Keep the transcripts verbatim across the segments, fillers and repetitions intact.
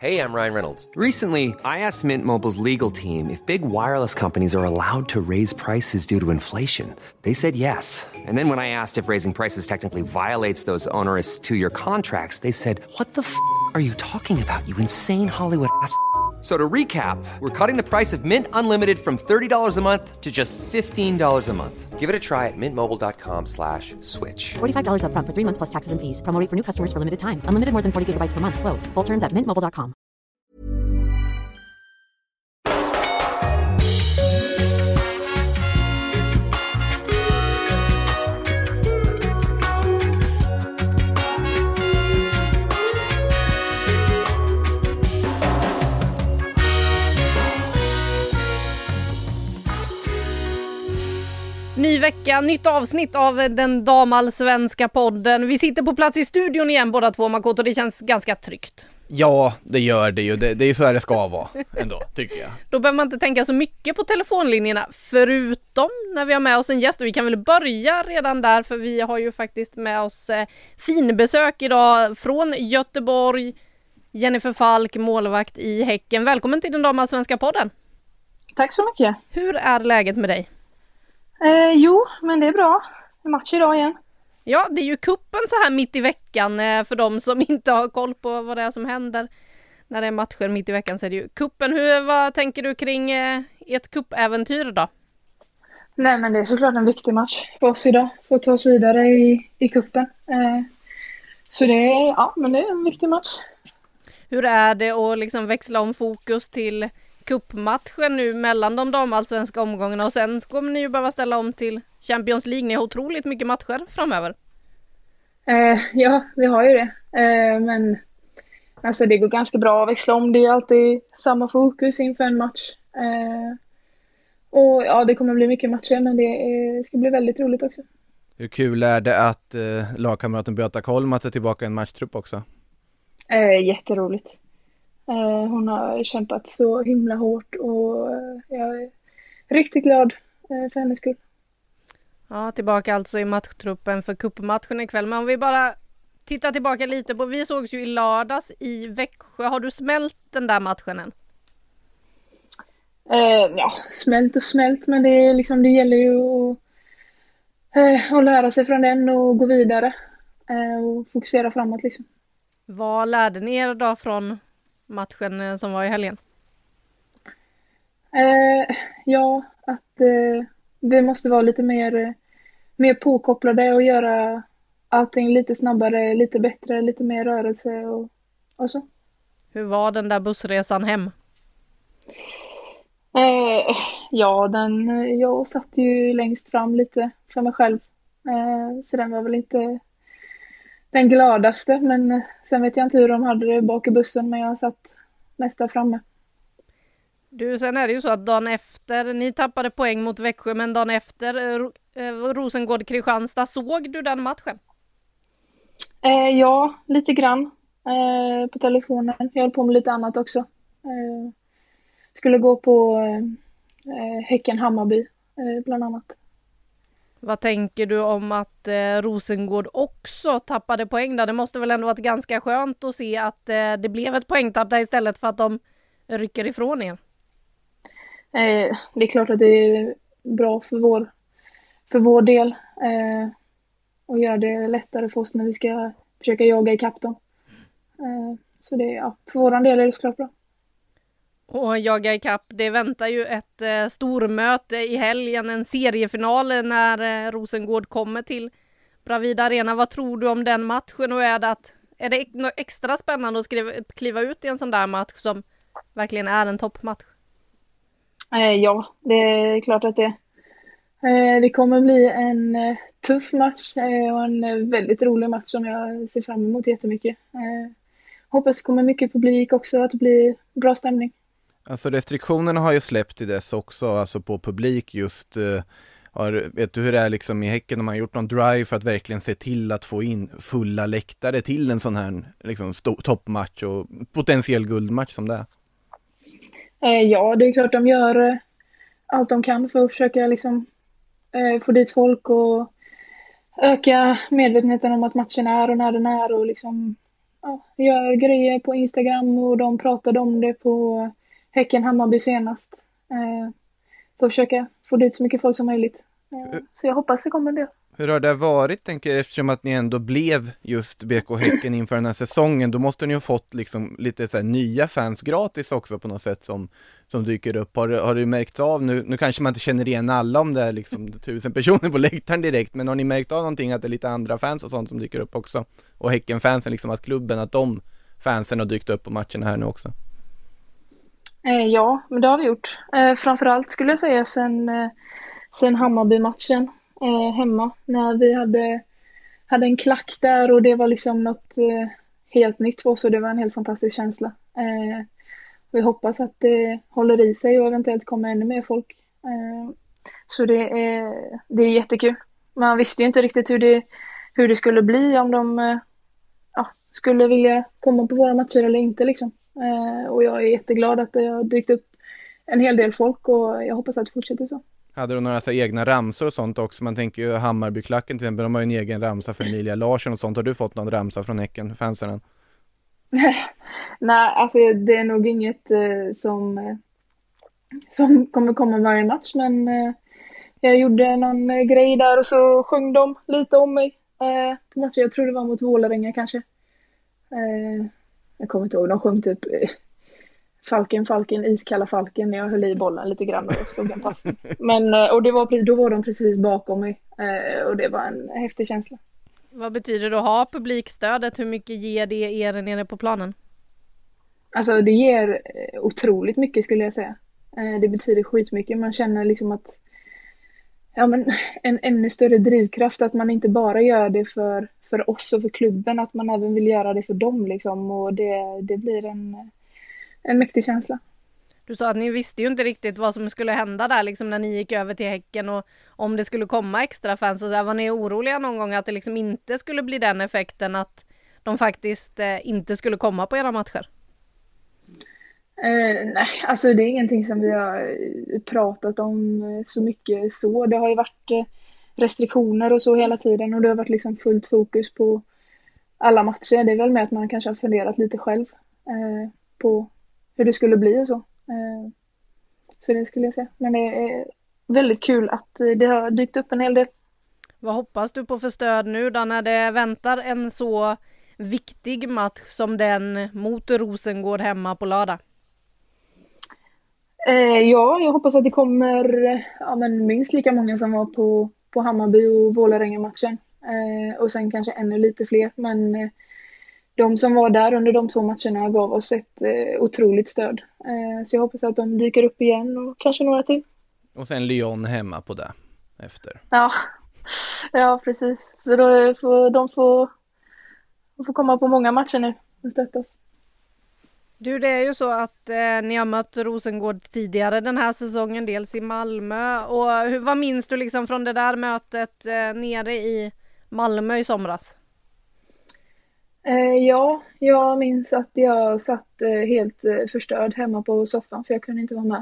Hey, I'm Ryan Reynolds. Recently, I asked Mint Mobile's legal team if big wireless companies are allowed to raise prices due to inflation. They said yes. And then when I asked if raising prices technically violates those onerous two-year contracts, they said, "What the f*** are you talking about, you insane Hollywood ass?" So to recap, we're cutting the price of Mint Unlimited from thirty dollars a month to just fifteen dollars a month. Give it a try at mintmobile.com slash switch. forty-five dollars up front for three months plus taxes and fees. Promo rate for new customers for limited time. Unlimited more than forty gigabytes per month. Slows full terms at mint mobile dot com. Ny vecka, nytt avsnitt av den damallsvenska podden. Vi sitter på plats i studion igen båda två, Makoto. Det känns ganska tryggt. Ja, det gör det ju. Det, det är så här det ska vara ändå, tycker jag. Då behöver man inte tänka så mycket på telefonlinjerna, förutom när vi har med oss en gäst. Och vi kan väl börja redan där, för vi har ju faktiskt med oss eh, finbesök idag från Göteborg. Jennifer Falk, målvakt i Häcken. Välkommen till den damallsvenska podden. Tack så mycket. Hur är läget med dig? Eh, jo, men det är bra. Match idag igen. Ja, det är ju kuppen så här mitt i veckan. Eh, för de som inte har koll på vad det är som händer när det är matcher mitt i veckan, så är det ju kuppen. Hur, vad tänker du kring eh, ett kuppäventyr då? Nej, men det är såklart en viktig match för oss idag. För att ta oss vidare i, i kuppen. Eh, så det är, ja, men det är en viktig match. Hur är det att liksom växla om fokus till kuppmatchen nu mellan de damallsvenska omgångarna, och sen kommer ni ju behöva ställa om till Champions League. Ni har otroligt mycket matcher framöver. Eh, ja, vi har ju det. Eh, men alltså det går ganska bra att växla om. Det är alltid samma fokus inför en match. Eh, och ja, det kommer bli mycket matcher, men det är, ska bli väldigt roligt också. Hur kul är det att eh, lagkamraten Beata Kolmats är tillbaka i en matchtrupp också? Eh, jätteroligt. Eh, hon har kämpat så himla hårt och eh, jag är riktigt glad eh, för hennes skull. Ja, tillbaka alltså i matchtruppen för kuppmatchen ikväll. Men om vi bara tittar tillbaka lite på, vi sågs ju i lördags i Växjö. Har du smält den där matchen än? Eh, ja, smält och smält, men det, är liksom, det gäller ju att, eh, att lära sig från den och gå vidare eh, och fokusera framåt liksom. Vad lärde ni er då från matchen som var i helgen? Eh, ja, att eh, vi måste vara lite mer, mer påkopplade och göra allting lite snabbare, lite bättre, lite mer rörelse och, och så. Hur var den där bussresan hem? Eh, ja, den, jag satt ju längst fram lite för mig själv. Eh, så den var väl inte den gladaste, men sen vet jag inte hur de hade det bak i bussen, men jag satt mest där framme. Du, sen är det ju så att dagen efter, ni tappade poäng mot Växjö, men dagen efter eh, Rosengård-Kristianstad, såg du den matchen? Eh, ja, lite grann eh, på telefonen. Jag höll på med lite annat också. Eh, skulle gå på eh, Häcken-Hammarby eh, bland annat. Vad tänker du om att eh, Rosengård också tappade poäng där? Det måste väl ändå varit ganska skönt att se att eh, det blev ett poängtapp där istället för att de rycker ifrån er. Eh, det är klart att det är bra för vår, för vår del eh, och gör det lättare för oss när vi ska försöka jaga i kapp dem. Eh, så det, ja, för våran del är det såklart bra. Och jaga i kapp, det väntar ju ett eh, stormöte i helgen, en seriefinal när eh, Rosengård kommer till Bravida Arena. Vad tror du om den matchen, och är det, att, är det extra spännande att skriva, kliva ut i en sån där match som verkligen är en toppmatch? Eh, ja, det är klart att det eh, det kommer bli en eh, tuff match eh, och en eh, väldigt rolig match som jag ser fram emot jättemycket. Eh, hoppas det kommer mycket publik också, att det blir bra stämning. Alltså restriktionerna har ju släppt i dess också, alltså på publik just. Uh, har, vet du hur det är liksom i Häcken, om man har gjort någon drive för att verkligen se till att få in fulla läktare till en sån här liksom, sto- toppmatch och potentiell guldmatch som det är? Eh, ja, det är klart de gör eh, allt de kan för att försöka liksom, eh, få dit folk och öka medvetenheten om att matchen är och när den är och liksom, ja, gör grejer på Instagram och de pratade om det på Häcken Hammarby senast. Eh, för att försöka få dit så mycket folk som möjligt. Eh, så jag hoppas det kommer en del. Hur har det varit, tänker jag, eftersom att ni ändå blev just B K Häcken inför den här säsongen? Då måste ni ha fått liksom lite så här nya fans gratis också på något sätt som, som dyker upp. Har, har du märkt av, nu, nu kanske man inte känner igen alla om det är liksom tusen personer på läktaren direkt, men har ni märkt av någonting att det är lite andra fans och sånt som dyker upp också? Och Häcken-fansen, liksom att klubben, att de fansen har dykt upp på matcherna här nu också? Eh, ja, men det har vi gjort. Eh, framförallt skulle jag säga sen, eh, sen Hammarby-matchen. Eh, hemma när vi hade, hade en klack där och det var liksom något eh, helt nytt för oss och det var en helt fantastisk känsla. Eh, vi hoppas att det håller i sig och eventuellt kommer ännu mer folk. Eh, så det är, det är jättekul. Man visste ju inte riktigt hur det, hur det skulle bli om de eh, ja, skulle vilja komma på våra matcher eller inte liksom. Eh, och jag är jätteglad att det har dykt upp en hel del folk och jag hoppas att det fortsätter så. Hade du några så här egna ramsor och sånt också? Man tänker ju Hammarbyklacken till exempel, de har ju en egen ramsa för Emilia Larsson och sånt. Har du fått någon ramsa från Häcken, fansen? Nej, alltså det är nog inget eh, som, eh, som kommer komma varje match, men eh, jag gjorde någon eh, grej där och så sjöng de lite om mig eh, på matchen. Jag tror det var mot Vålerenga kanske. Eh, jag kommer inte ihåg, de sjöng typ eh, Falken, Falken, iskalla Falken när jag höll i bollen lite grann och stod en passning. Men, och det var, då var de precis bakom mig och det var en häftig känsla. Vad betyder det att ha publikstödet? Hur mycket ger det er nere på planen? Alltså det ger otroligt mycket skulle jag säga. Det betyder skitmycket. Man känner liksom att ja, men en ännu större drivkraft att man inte bara gör det för, för oss och för klubben, att man även vill göra det för dem liksom. Och det, det blir en En mäktig känsla. Du sa att ni visste ju inte riktigt vad som skulle hända där liksom när ni gick över till Häcken och om det skulle komma extra fans och så här, var ni oroliga någon gång att det liksom inte skulle bli den effekten att de faktiskt eh, inte skulle komma på era matcher? Eh, nej, alltså det är ingenting som vi har pratat om så mycket så. Det har ju varit eh, restriktioner och så hela tiden och det har varit liksom fullt fokus på alla matcher. Det är väl med att man kanske har funderat lite själv eh, på hur det skulle bli och så. Så det skulle jag säga. Men det är väldigt kul att det har dykt upp en hel del. Vad hoppas du på för stöd nu då när det väntar en så viktig match som den mot Rosengård hemma på lördag? Eh, ja, jag hoppas att det kommer ja, men minst lika många som var på, på Hammarby och Vålerenga-matchen. Eh, och sen kanske ännu lite fler. Men eh, de som var där under de två matcherna gav oss ett eh, otroligt stöd. Eh, så jag hoppas att de dyker upp igen och kanske några till. Och sen Lyon hemma på det efter. Ja, ja precis. Så då får de får, får komma på många matcher nu och stöttas. Du, det är ju så att eh, ni har mött Rosengård tidigare den här säsongen, dels i Malmö. Och hur, vad minns du liksom från det där mötet eh, nere i Malmö i somras? Eh, ja, jag minns att jag satt eh, helt eh, förstörd hemma på soffan för jag kunde inte vara med.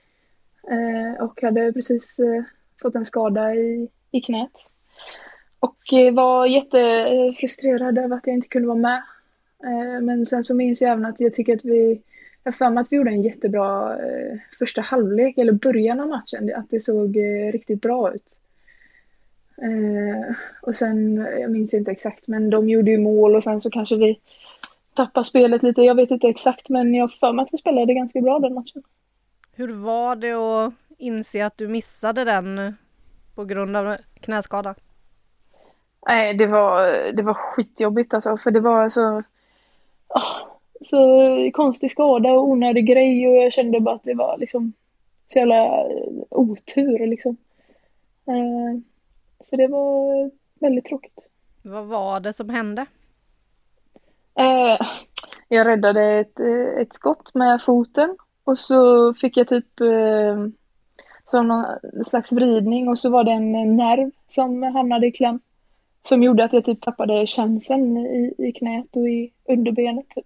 Eh, och hade precis eh, fått en skada i, i knät. Och eh, var jättefrustrerad över att jag inte kunde vara med. Eh, men sen så minns jag även att jag tycker att vi, jag för mig att vi gjorde en jättebra eh, första halvlek eller början av matchen. Att det såg eh, riktigt bra ut. Eh, och sen, jag minns inte exakt, men de gjorde ju mål och sen så kanske vi tappade spelet lite. Jag vet inte exakt, men jag för mig att vi spelade ganska bra den matchen. Hur var det att inse att du missade den på grund av knäskada? Nej, det var, det var skitjobbigt alltså, för det var så, oh, så konstig skada och onödig grej och jag kände bara att det var liksom så jävla otur liksom. Eh, Så det var väldigt tråkigt. Vad var det som hände? Eh, jag räddade ett, ett skott med foten. Och så fick jag typ eh, som någon slags vridning. Och så var det en nerv som hamnade i kläm. Som gjorde att jag typ tappade känseln i, i knät och i underbenet typ.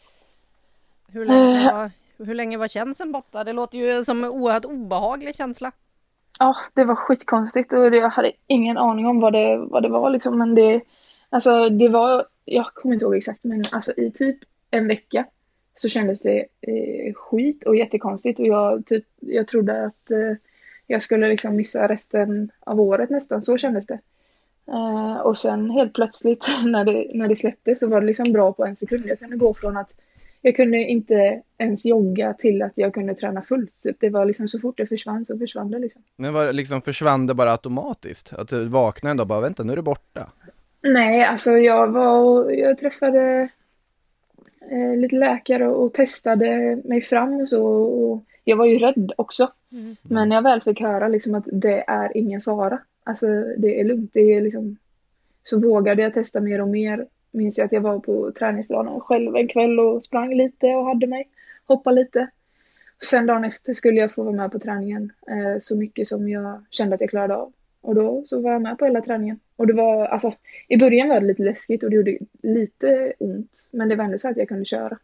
Hur länge var, hur länge var känseln borta? Det låter ju som en oerhört obehaglig känsla. Ja, det var skitkonstigt och jag hade ingen aning om vad det, vad det var liksom. Men det, alltså, det var jag kommer inte ihåg exakt, men alltså i typ en vecka så kändes det eh, skit och jättekonstigt och jag, typ, jag trodde att eh, jag skulle liksom missa resten av året nästan, så kändes det. Uh, och sen helt plötsligt när det, när det släppte så var det liksom bra på en sekund. Jag kunde gå från att jag kunde inte ens jogga till att jag kunde träna fullt. Så det var liksom så fort det försvann så försvann det liksom. Men var det liksom försvann det bara automatiskt? Att du vaknade ändå och bara, vänta, nu är det borta. Nej, alltså jag var jag träffade eh, lite läkare och, och testade mig fram och så. Och jag var ju rädd också. Mm. Men jag väl fick höra liksom att det är ingen fara. Alltså det är lugnt, det är liksom, så vågade jag testa mer och mer. Minns jag att jag var på träningsplanen själv en kväll och sprang lite och hade mig, hoppa lite. Och sen dagen efter skulle jag få vara med på träningen eh, så mycket som jag kände att jag klarade av. Och då så var jag med på hela träningen. Och det var, alltså i början var det lite läskigt och det gjorde lite ont. Men det var ändå så att jag kunde köra.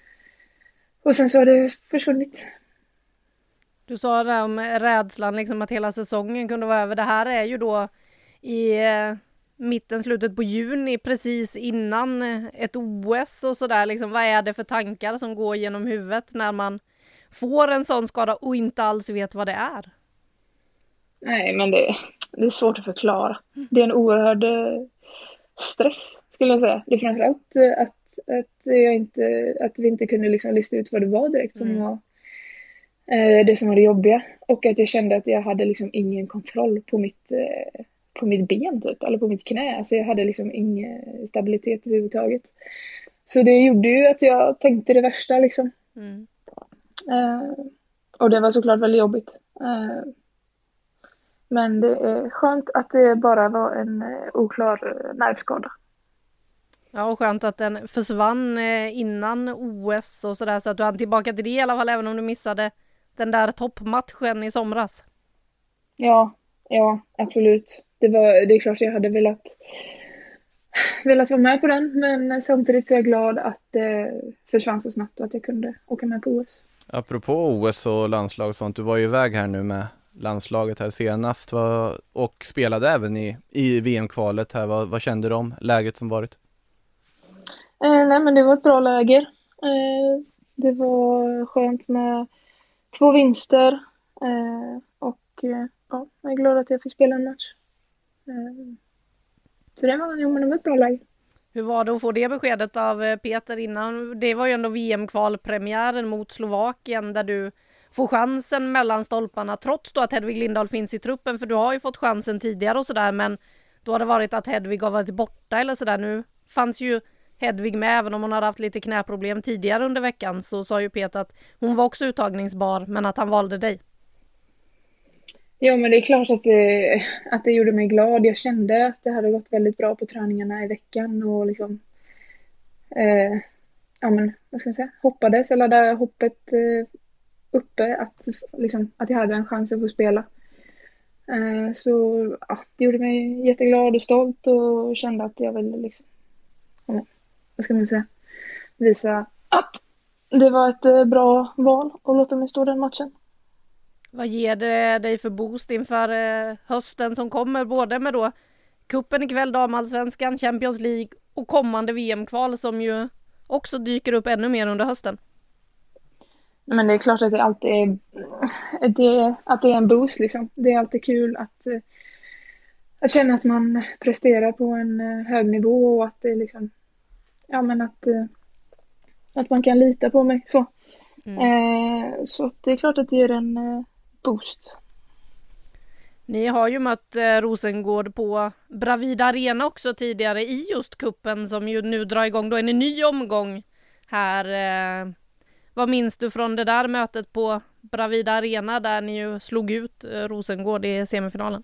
Och sen så har det försvunnit. Du sa det om rädslan, liksom att hela säsongen kunde vara över. Det här är ju då i eh, mitten, slutet på juni, precis innan ett O S och sådär. Liksom, vad är det för tankar som går genom huvudet när man får en sån skada och inte alls vet vad det är? Nej, men det, det är svårt att förklara. Det är en oerhörd stress, skulle jag säga. Det är framförallt att, att, jag inte, att vi inte kunde liksom lista ut vad det var direkt som mm. var det som var det jobbiga. Och att jag kände att jag hade liksom ingen kontroll på mitt, på mitt ben typ, eller på mitt knä. Alltså jag hade liksom ingen stabilitet överhuvudtaget. Så det gjorde ju att jag tänkte det värsta liksom. Mm. Uh, och det var såklart väldigt jobbigt. Uh, men det är skönt att det bara var en uh, oklar nervskada. Ja, och skönt att den försvann innan O S och sådär, så att du hann tillbaka till det i alla fall, även om du missade den där toppmatchen i somras. Ja, ja, absolut. Det var, det är klart jag hade velat, velat vara med på den, men samtidigt så är jag glad att det försvann så snabbt och att jag kunde åka med på O S. Apropå O S och landslag och sånt, du var ju iväg här nu med landslaget här senast var, och spelade även i, i V M-kvalet här. Vad, vad kände du om läget som varit? Eh, nej, men det var ett bra läger. Eh, det var skönt med två vinster eh, och eh, ja, jag är glad att jag fick spela en match. Eh, så det var, ja, men det var ett bra läge. Hur var det att få det beskedet av Peter innan? Det var ju ändå V M-kvalpremiären mot Slovakien där du får chansen mellan stolparna, trots då att Hedvig Lindahl finns i truppen, för du har ju fått chansen tidigare och sådär, men då har det varit att Hedvig har varit borta eller sådär. Nu fanns ju Hedvig med, även om hon hade haft lite knäproblem tidigare under veckan, så sa ju Peter att hon var också uttagningsbar, men att han valde dig. Ja, men det är klart att det, att det gjorde mig glad. Jag kände att det hade gått väldigt bra på träningarna i veckan och liksom eh, ja, men vad ska man säga, hoppades eller hade hoppet eh, uppe att, liksom, att jag hade en chans att få spela. Eh, så ja, det gjorde mig jätteglad och stolt och kände att jag ville liksom, ja, vad ska man säga, visa att det var ett eh, bra val och låta mig stå den matchen. Vad ger det dig för boost inför eh, hösten som kommer, både med då kuppen ikväll, damallsvenskan, Champions League och kommande V M-kval som ju också dyker upp ännu mer under hösten? Men det är klart att det alltid är, det, att det är en boost liksom. Det är alltid kul att, att känna att man presterar på en hög nivå och att det liksom, ja, men att, att man kan lita på mig så. Mm. Eh, så det är klart att det ger en eh, boost. Ni har ju mött eh, Rosengård på Bravida Arena också tidigare i just kuppen som ju nu drar igång. Då är det en ny omgång här. Eh, vad minns du från det där mötet på Bravida Arena där ni ju slog ut eh, Rosengård i semifinalen?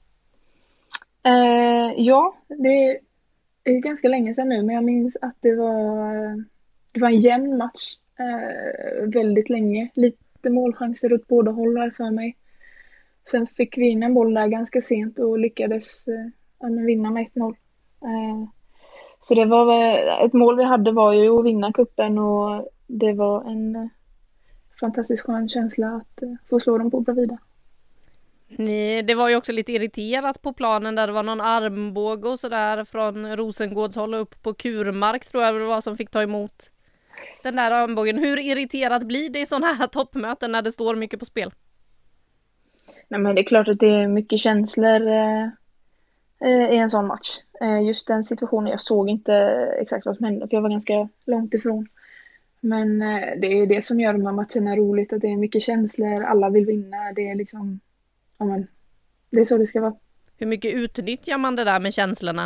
Eh, ja, det är ganska länge sedan nu, men jag minns att det var, det var en jämn match. Eh, väldigt länge. Lite målchanser åt båda håll för mig. Sen fick vi in en boll där ganska sent och lyckades eh, vinna med ett noll. Eh, så det var väl, ett mål vi hade var ju att vinna kuppen och det var en eh, fantastiskt skön känsla att eh, få slå dem på Bravida. Ni, det var ju också lite irriterat på planen där det var någon armbåge och sådär från Rosengårds håll upp på Kurmark tror jag det var som fick ta emot den där armbågen. Hur irriterat blir det i sådana här toppmöten när det står mycket på spel? Nej, men det är klart att det är mycket känslor eh, i en sån match. Eh, just den situationen, jag såg inte exakt vad som hände för jag var ganska långt ifrån. Men eh, det är det som gör de här matcherna roligt, att det är mycket känslor, alla vill vinna, det är liksom, ja men, det är så det ska vara. Hur mycket utnyttjar man det där med känslorna?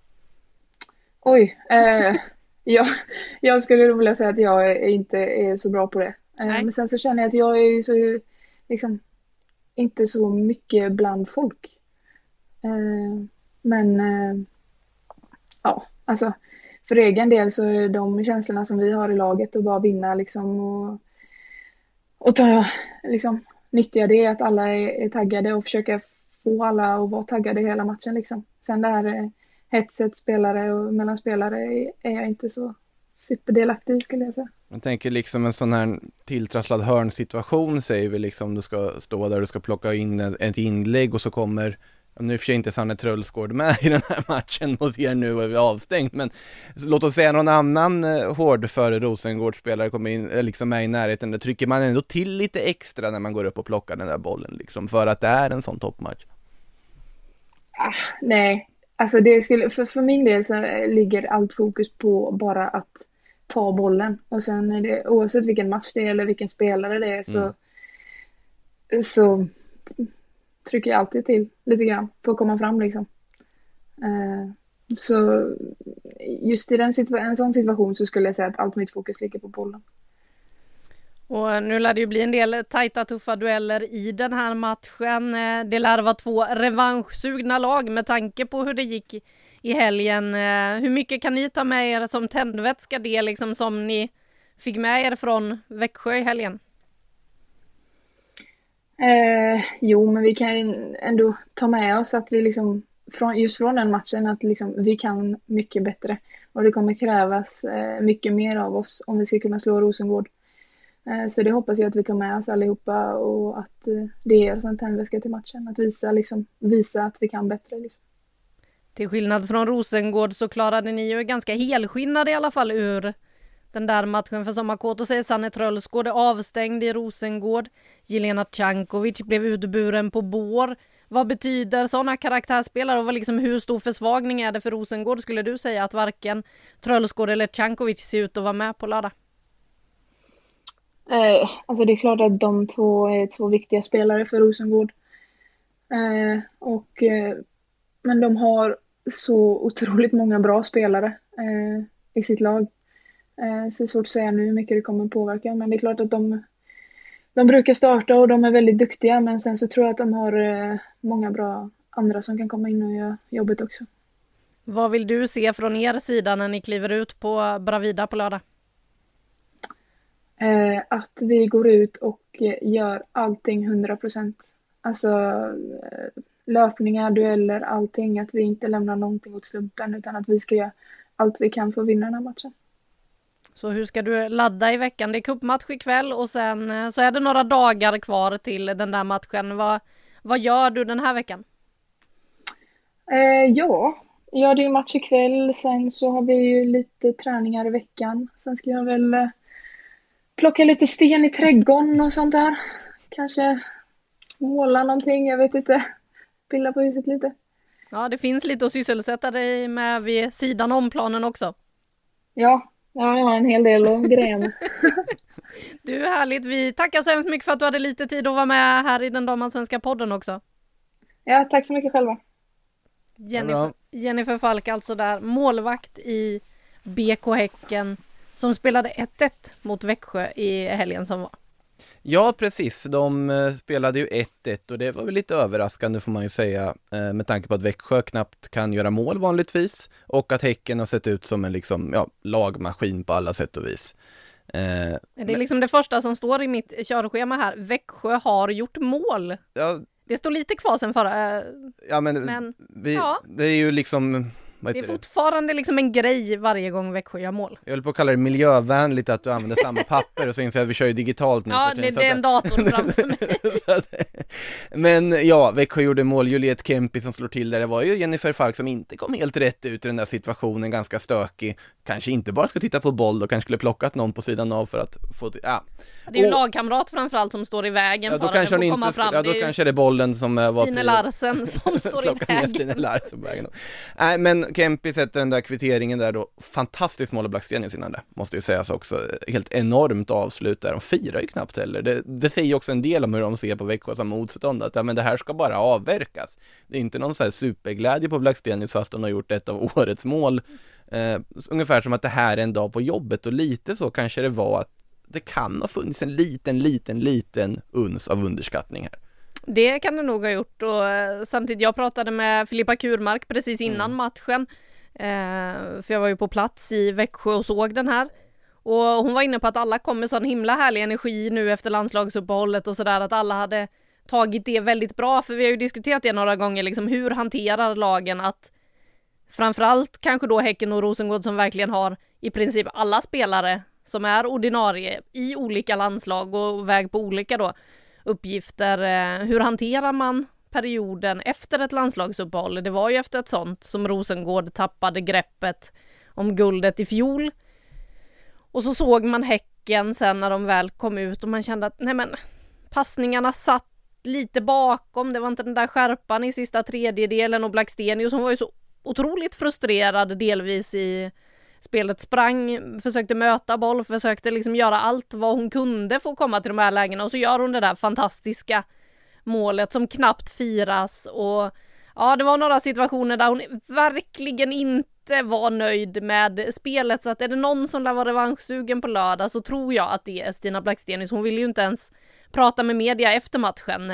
Oj, eh, jag, jag skulle nog vilja säga att jag är, inte är så bra på det. Eh, men sen så känner jag att jag är så, liksom, inte så mycket bland folk. Eh, men, eh, ja, alltså, för egen del så är de känslorna som vi har i laget att bara vinna liksom och, och ta, liksom, nyttja det, att alla är, är taggade och försöka få alla att vara taggade hela matchen liksom. Sen det här eh, hetset spelare och mellan spelare är jag inte så superdelaktig skulle jag säga. Jag tänker liksom en sån här tilltrasslad hörnsituation säger vi liksom, du ska stå där och du ska plocka in ett inlägg och så kommer, nu för sig inte Sanne Trölsgård med i den här matchen mot er nu är vi avstängt, men låt oss säga någon annan hård före Rosengård-spelare kommer in liksom med i närheten, då trycker man ändå till lite extra när man går upp och plockar den där bollen liksom, för att det är en sån toppmatch. Ah, nej, alltså det skulle, för, för min del så ligger allt fokus på bara att ta bollen och sen är det, oavsett vilken match det är eller vilken spelare det är så, mm. så trycker jag alltid till lite grann för att komma fram liksom. Uh, så just i den situa- en sån situation så skulle jag säga att allt mitt fokus ligger på bollen. Och nu lär det ju bli en del tajta, tuffa dueller i den här matchen. Det lär vara två revanschsugna lag med tanke på hur det gick i helgen. Hur mycket kan ni ta med er som tändvätska det liksom som ni fick med er från Växjö i helgen? Eh, jo, men vi kan ju ändå ta med oss att vi liksom från, just från den matchen att liksom, vi kan mycket bättre och det kommer krävas eh, mycket mer av oss om vi ska kunna slå Rosengård. Eh, så det hoppas jag att vi tar med oss allihopa och att eh, det är en tändvätska till matchen, att visa, liksom, visa att vi kan bättre. Liksom. Till skillnad från Rosengård så klarade ni ju ganska helskinnade i alla fall ur den där matchen, för som Makoto säger, Sanne Trölsgård är avstängd i Rosengård. Jelena Cankovic blev utburen på bår. Vad betyder sådana karaktärsspelare och vad liksom, hur stor försvagning är det för Rosengård skulle du säga att varken Trölsgård eller Cankovic ser ut att vara med på lördag? Eh, alltså det är klart att de två är två viktiga spelare för Rosengård. Eh, och, eh, men de har så otroligt många bra spelare eh, i sitt lag. Eh, så det är svårt att säga nu hur mycket det kommer påverka. Men det är klart att de, de brukar starta och de är väldigt duktiga. Men sen så tror jag att de har eh, många bra andra som kan komma in och göra jobbet också. Vad vill du se från er sida när ni kliver ut på Bravida på lördag? Eh, att vi går ut och eh, gör allting hundra procent. Alltså eh, löpningar, dueller, allting. Att vi inte lämnar någonting åt slumpen utan att vi ska göra allt vi kan för att vinna den här matchen. Så hur ska du ladda i veckan? Det är cupmatch ikväll och sen så är det några dagar kvar till den där matchen. Vad, vad gör du den här veckan? Eh, ja, ja, det är match ikväll. Sen så har vi ju lite träningar i veckan. Sen ska jag väl eh, plocka lite sten i trädgården och sånt där. Kanske måla någonting, jag vet inte. Pilla på huset lite. Ja, det finns lite att sysselsätta dig med vid sidan om planen också. Ja, ja, jag har en hel del att greja med. Du är härligt. Vi tackar så hemskt mycket för att du hade lite tid att vara med här i den Damallsvenska podden också. Ja, tack så mycket själva. Jennifer, Jennifer Falk alltså där, målvakt i B K Häcken som spelade ett ett mot Växjö i helgen som var. Ja, precis. De eh, spelade ju ett ett och det var väl lite överraskande får man ju säga eh, med tanke på att Växjö knappt kan göra mål vanligtvis och att Häcken har sett ut som en liksom, ja, lagmaskin på alla sätt och vis. Eh, det är liksom det första som står i mitt körschema här. Växjö har gjort mål. Ja, det står lite kvar sen förra. Ja, men, men vi, ja. det är ju liksom... Det är fortfarande liksom en grej varje gång Växjö gör mål. Jag höll på att kalla det miljövänligt att du använder samma papper och så inser jag att vi kör ju digitalt nu. Ja, det, det är en dator framför mig. Men ja, Växjö gjorde mål, Juliette Kempi som slår till där. Det var ju Jennifer Falk som inte kom helt rätt ut i den där situationen, ganska stökig. Kanske inte bara ska titta på boll och kanske skulle plockat någon på sidan av för att få till, ja. Det är ju och, lagkamrat framförallt som står i vägen ja, för att att få komma inte, fram. Ja, då det kanske det är bollen som var Stine Larsen som står i vägen. Stine Larsen vägen. Nej, men Kempi sätter den där kvitteringen där då. Fantastiskt mål av Blackstenius innan det, måste ju sägas också. Helt enormt avslut där. De firar ju knappt heller. Det, det säger också en del om hur de ser på Växjö som motstånd. Att ja, men det här ska bara avverkas. Det är inte någon så här superglädje på Blackstenius fast de har gjort ett av årets mål. Uh, ungefär som att det här är en dag på jobbet, och lite så kanske det var att det kan ha funnits en liten, liten, liten uns av underskattning här. Det kan det nog ha gjort, och uh, samtidigt jag pratade med Filippa Kurmark precis innan mm. matchen, uh, för jag var ju på plats i Växjö och såg den här, och hon var inne på att alla kom med sån himla härlig energi nu efter landslagsuppehållet och sådär, att alla hade tagit det väldigt bra, för vi har ju diskuterat det några gånger, liksom hur hanterar lagen att framförallt kanske då Häcken och Rosengård som verkligen har i princip alla spelare som är ordinarie i olika landslag och väg på olika då uppgifter. Hur hanterar man perioden efter ett landslagsuppehåll? Det var ju efter ett sånt som Rosengård tappade greppet om guldet i fjol. Och så såg man Häcken sen när de väl kom ut och man kände att nej men, passningarna satt lite bakom. Det var inte den där skärpan i sista tredjedelen, och Blackstenius som var ju så otroligt frustrerad delvis i spelet, sprang, försökte möta boll, försökte liksom göra allt vad hon kunde för att komma till de här lägena, och så gör hon det där fantastiska målet som knappt firas. Och ja, det var några situationer där hon verkligen inte var nöjd med spelet, så att är det någon som lär vara revanschsugen på lördag så tror jag att det är Stina Blackstenius. Hon vill ju inte ens prata med media efter matchen.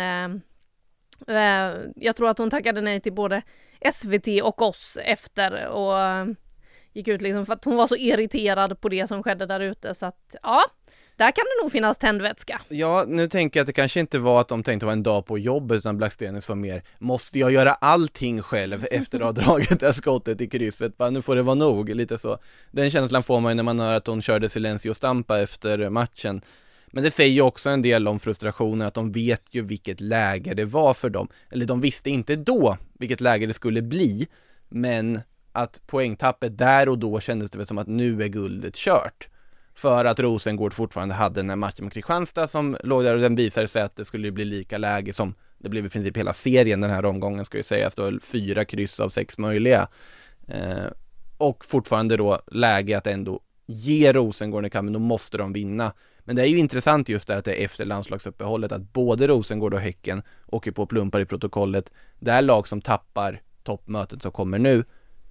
Jag tror att hon tackade nej till både S V T och oss efter och gick ut liksom för att hon var så irriterad på det som skedde där ute. Så att ja, där kan det nog finnas tändvätska. Ja, nu tänker jag att det kanske inte var att de tänkte vara en dag på jobbet, utan Blackstenius var mer, måste jag göra allting själv efter att ha dragit det skottet i krysset? Bara, nu får det vara nog, lite så. Den känslan får man när man hör att hon körde Silencio Stampa efter matchen. Men det säger ju också en del om frustrationen, att de vet ju vilket läge det var för dem. Eller de visste inte då vilket läge det skulle bli, men att poängtappet där och då kändes det väl som att nu är guldet kört. För att Rosengård fortfarande hade den här matchen med Kristianstad som låg där, och den visade sig att det skulle bli lika läge som det blev i princip hela serien den här omgången, ska ju sägas. Då fyra kryss av sex möjliga. Eh, och fortfarande då läge att ändå ge Rosengård en kamp, men då måste de vinna. Men det är ju intressant just där att det är efter landslagsuppehållet att både Rosengård och Häcken åker på plumpar i protokollet. Det är lag som tappar toppmötet som kommer nu.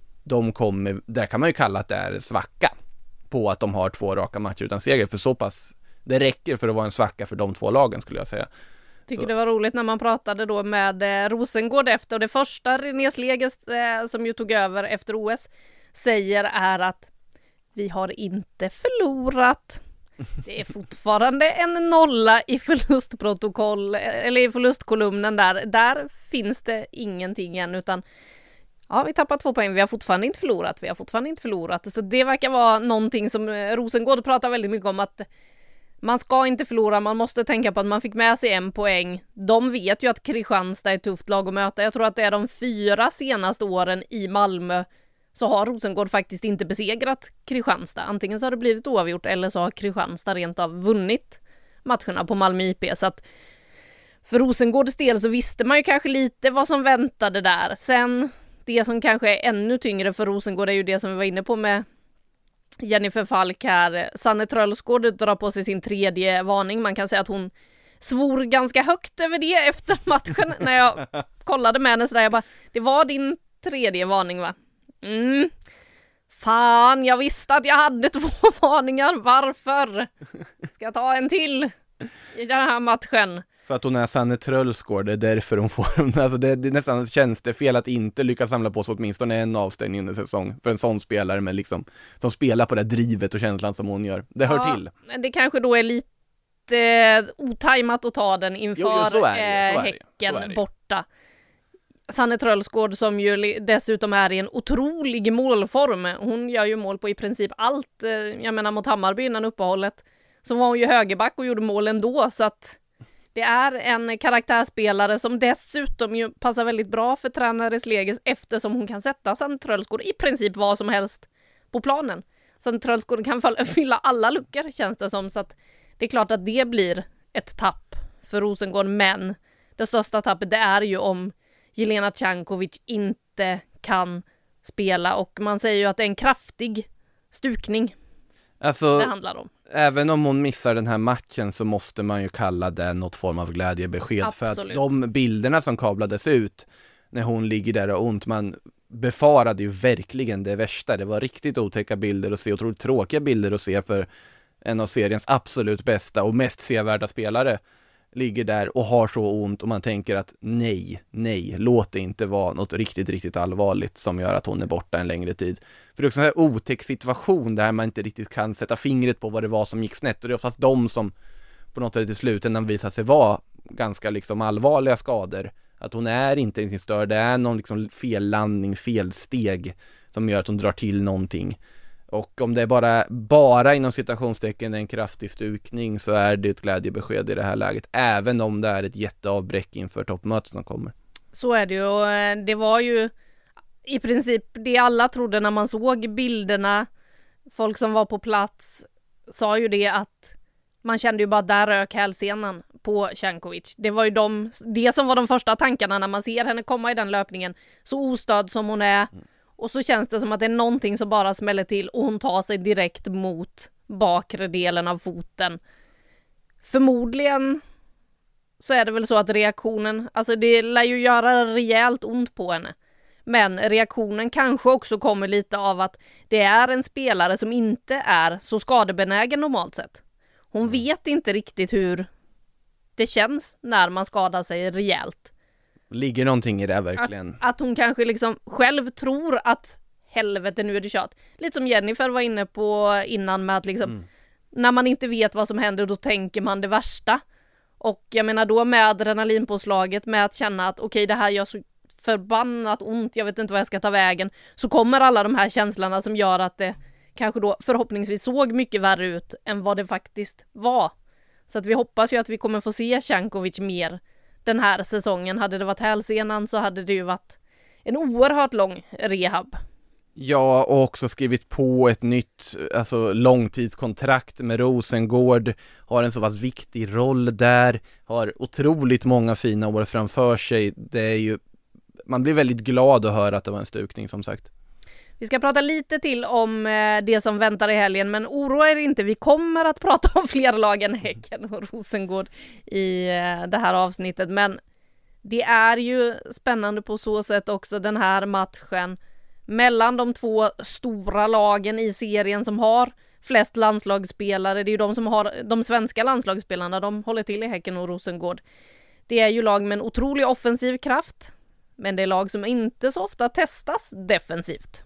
De kommer, där kan man ju kalla att det är svacka på att de har två raka matcher utan seger, för så pass, det räcker för att vara en svacka för de två lagen, skulle jag säga. Tycker så. Det var roligt när man pratade då med eh, Rosengård efter, och det första René Sleges eh, som ju tog över efter O S säger är att vi har inte förlorat. Det är fortfarande en nolla i förlustprotokoll eller i förlustkolumnen där. Där finns det ingenting än, utan ja, vi tappar två poäng. Vi har fortfarande inte förlorat. Vi har fortfarande inte förlorat. Så det verkar vara någonting som Rosengård pratar väldigt mycket om, att man ska inte förlora. Man måste tänka på att man fick med sig en poäng. De vet ju att Kristianstad är ett tufft lag att möta. Jag tror att det är de fyra senaste åren i Malmö så har Rosengård faktiskt inte besegrat Kristianstad. Antingen så har det blivit oavgjort eller så har Kristianstad rent av vunnit matcherna på Malmö I P. Så att för Rosengårds del så visste man ju kanske lite vad som väntade där. Sen det som kanske är ännu tyngre för Rosengård är ju det som vi var inne på med Jennifer Falk här. Sanne Trölsgård drar på sig sin tredje varning. Man kan säga att hon svor ganska högt över det efter matchen. När jag kollade med henne så där, jag bara, det var din tredje varning va? Mm. Fan, jag visste att jag hade två varningar. Varför? Ska jag ta en till i den här matchen? För att hon är Sanne Trölsgård, det är därför hon får alltså det, det är nästan tjänstefel att inte lyckas samla på sig åtminstone en avstängning under säsong för en sån spelare med liksom, som spelar på det drivet och känslan som hon gör. Det hör ja, till. Men det kanske då är lite otajmat att ta den inför jo, jo, så är det, så är det. Häcken så är det. Borta. Sanne Trölsgård som ju dessutom är i en otrolig målform. Hon gör ju mål på i princip allt. Jag menar mot Hammarby innan uppehållet så var hon ju högerback och gjorde mål ändå, så att Det är en karaktärsspelare som dessutom ju passar väldigt bra för tränare Sleges eftersom hon kan sätta Sandtrölsgård i princip vad som helst på planen. Sandtrölsgård kan fylla alla luckor känns det som, så att det är klart att det blir ett tapp för Rosengård, men det största tappet det är ju om Jelena Cankovic inte kan spela, och man säger ju att det är en kraftig stukning alltså, det handlar om. Även om hon missar den här matchen så måste man ju kalla det något form av glädjebesked. Absolut. För att de bilderna som kablades ut när hon ligger där och ont, man befarade ju verkligen det värsta. Det var riktigt otäcka bilder att se, otroligt tråkiga bilder att se för en av seriens absolut bästa och mest sevärda spelare ligger där och har så ont, och man tänker att nej, nej, låt det inte vara något riktigt, riktigt allvarligt som gör att hon är borta en längre tid. För det är också en här otäck situation där man inte riktigt kan sätta fingret på vad det var som gick snett, och det är oftast de som på något sätt i slutändan visar sig vara ganska liksom allvarliga skador. Att hon är inte riktigt störd, det är någon liksom fellandning, felsteg som gör att hon drar till någonting. Och om det är bara, bara inom citationstecken en kraftig stukning så är det ett glädjebesked i det här läget. Även om det är ett jätteavbräck inför toppmötet som kommer. Så är det ju, och det var ju i princip det alla trodde när man såg bilderna. Folk som var på plats sa ju det, att man kände ju bara där rök hälsenan på Cankovic. Det var ju de, det som var de första tankarna när man ser henne komma i den löpningen. Så ostörd som hon är. Och så känns det som att det är någonting som bara smäller till och hon tar sig direkt mot bakre delen av foten. Förmodligen så är det väl så att reaktionen, alltså det lär ju göra rejält ont på henne. Men reaktionen kanske också kommer lite av att det är en spelare som inte är så skadebenägen normalt sett. Hon vet inte riktigt hur det känns när man skadar sig rejält. Ligger någonting i det verkligen? Att, att hon kanske liksom själv tror att helvete, nu är det kört. Lite som Jennifer var inne på innan med att liksom mm. när man inte vet vad som händer då tänker man det värsta. Och jag menar då med adrenalinpåslaget, med att känna att okej, okay, det här gör så förbannat ont, jag vet inte vad jag ska ta vägen. Så kommer alla de här känslorna som gör att det kanske då förhoppningsvis såg mycket värre ut än vad det faktiskt var. Så att vi hoppas ju att vi kommer få se Cankovic mer den här säsongen. Hade det varit hälsenan så hade det ju varit en oerhört lång rehab. Ja, och också skrivit på ett nytt alltså långtidskontrakt med Rosengård. Har en så pass viktig roll där. Har otroligt många fina år framför sig. Det är ju, man blir väldigt glad att höra att det var en stukning som sagt. Vi ska prata lite till om det som väntar i helgen, men oroa er inte, vi kommer att prata om fler lag än Häcken och Rosengård i det här avsnittet. Men det är ju spännande på så sätt också, den här matchen mellan de två stora lagen i serien som har flest landslagsspelare. Det är ju de som har de svenska landslagsspelarna, de håller till i Häcken och Rosengård. Det är ju lag med en otrolig offensiv kraft, men det är lag som inte så ofta testas defensivt.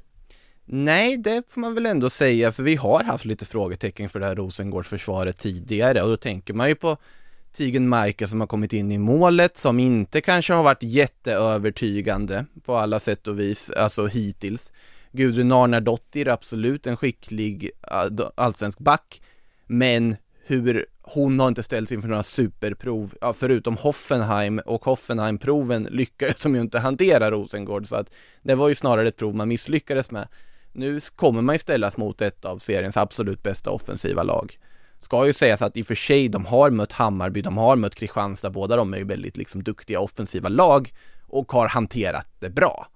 Nej, det får man väl ändå säga, för vi har haft lite frågetecken för det här Rosengårdsförsvaret tidigare, och då tänker man ju på Tigen Majka som har kommit in i målet, som inte kanske har varit jätteövertygande på alla sätt och vis, alltså hittills. Gudrun Arnardottir, absolut en skicklig allsvensk back, men hur hon har inte ställts inför några superprov, ja, förutom Hoffenheim, och Hoffenheim-proven lyckades de ju inte hantera Rosengård, så att det var ju snarare ett prov man misslyckades med. Nu kommer man ju ställas mot ett av seriens absolut bästa offensiva lag. Ska ju sägas att i och för sig de har mött Hammarby, de har mött Kristianstad, båda de är ju väldigt liksom duktiga offensiva lag och har hanterat det bra.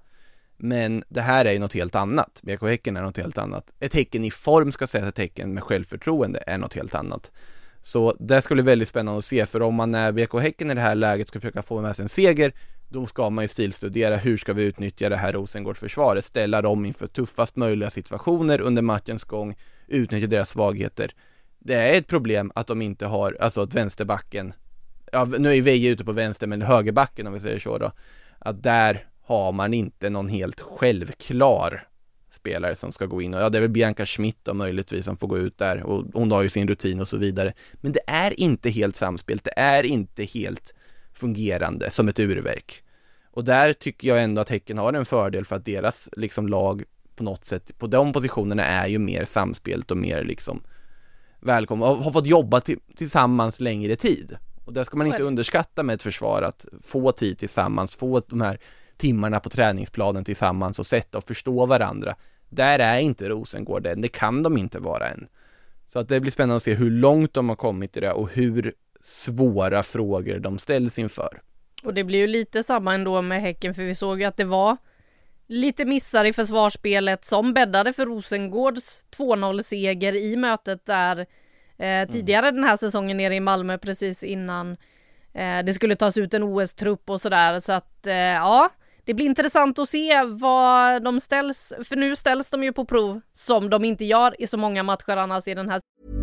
Men det här är ju något helt annat. B K Häcken är något helt annat. Ett Häcken i form ska sägas, ett Häcken med självförtroende är något helt annat. Så det skulle bli väldigt spännande att se, för om man är B K Häcken i det här läget ska försöka få med sig en seger, då ska man ju stilstudera hur ska vi utnyttja det här Rosengårdsförsvaret, ställa dem inför tuffast möjliga situationer under matchens gång, utnyttja deras svagheter. Det är ett problem att de inte har, alltså att vänsterbacken, ja, nu är Veje ute på vänster, men högerbacken om vi säger så då, att där har man inte någon helt självklar spelare som ska gå in, och ja, det är väl Bianca Schmidt då möjligtvis som får gå ut där, och hon har ju sin rutin och så vidare, men det är inte helt samspelt, det är inte helt fungerande som ett urverk, och där tycker jag ändå att Häcken har en fördel, för att deras liksom lag på något sätt på de positionerna är ju mer samspelt och mer liksom välkommen och har fått jobba t- tillsammans längre tid, Och det ska man inte underskatta med ett försvar, att få tid tillsammans, få de här timmarna på träningsplanen tillsammans och sätta och förstå varandra. Där är inte Rosengård än, det kan de inte vara än. Så att det blir spännande att se hur långt de har kommit i det och hur svåra frågor de ställs inför. Och det blir ju lite samma ändå med Häcken, för vi såg ju att det var lite missar i försvarsspelet som bäddade för Rosengårds två noll-seger i mötet där eh, tidigare mm. den här säsongen nere i Malmö precis innan eh, det skulle tas ut en O S-trupp och sådär. Så att eh, ja, det blir intressant att se vad de ställs, för nu ställs de ju på prov som de inte gör i så många matcher annars i den här.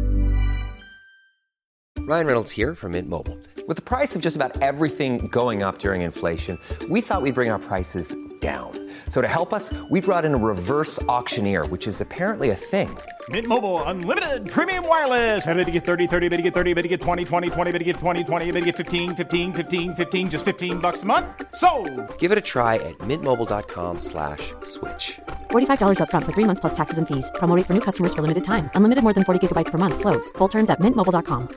Ryan Reynolds here from Mint Mobile. With the price of just about everything going up during inflation, we thought we'd bring our prices down. So to help us, we brought in a reverse auctioneer, which is apparently a thing. Mint Mobile Unlimited Premium Wireless. How to get thirty, thirty, how to get thirty, how to get twenty, twenty, twenty, how to get twenty, twenty, how to get fifteen, fifteen, fifteen, fifteen, just fifteen bucks a month? Sold! Give it a try at mintmobile.com slash switch. forty-five dollars up front for three months plus taxes and fees. Promo rate for new customers for limited time. Unlimited more than forty gigabytes per month. Slows full terms at mint mobile dot com.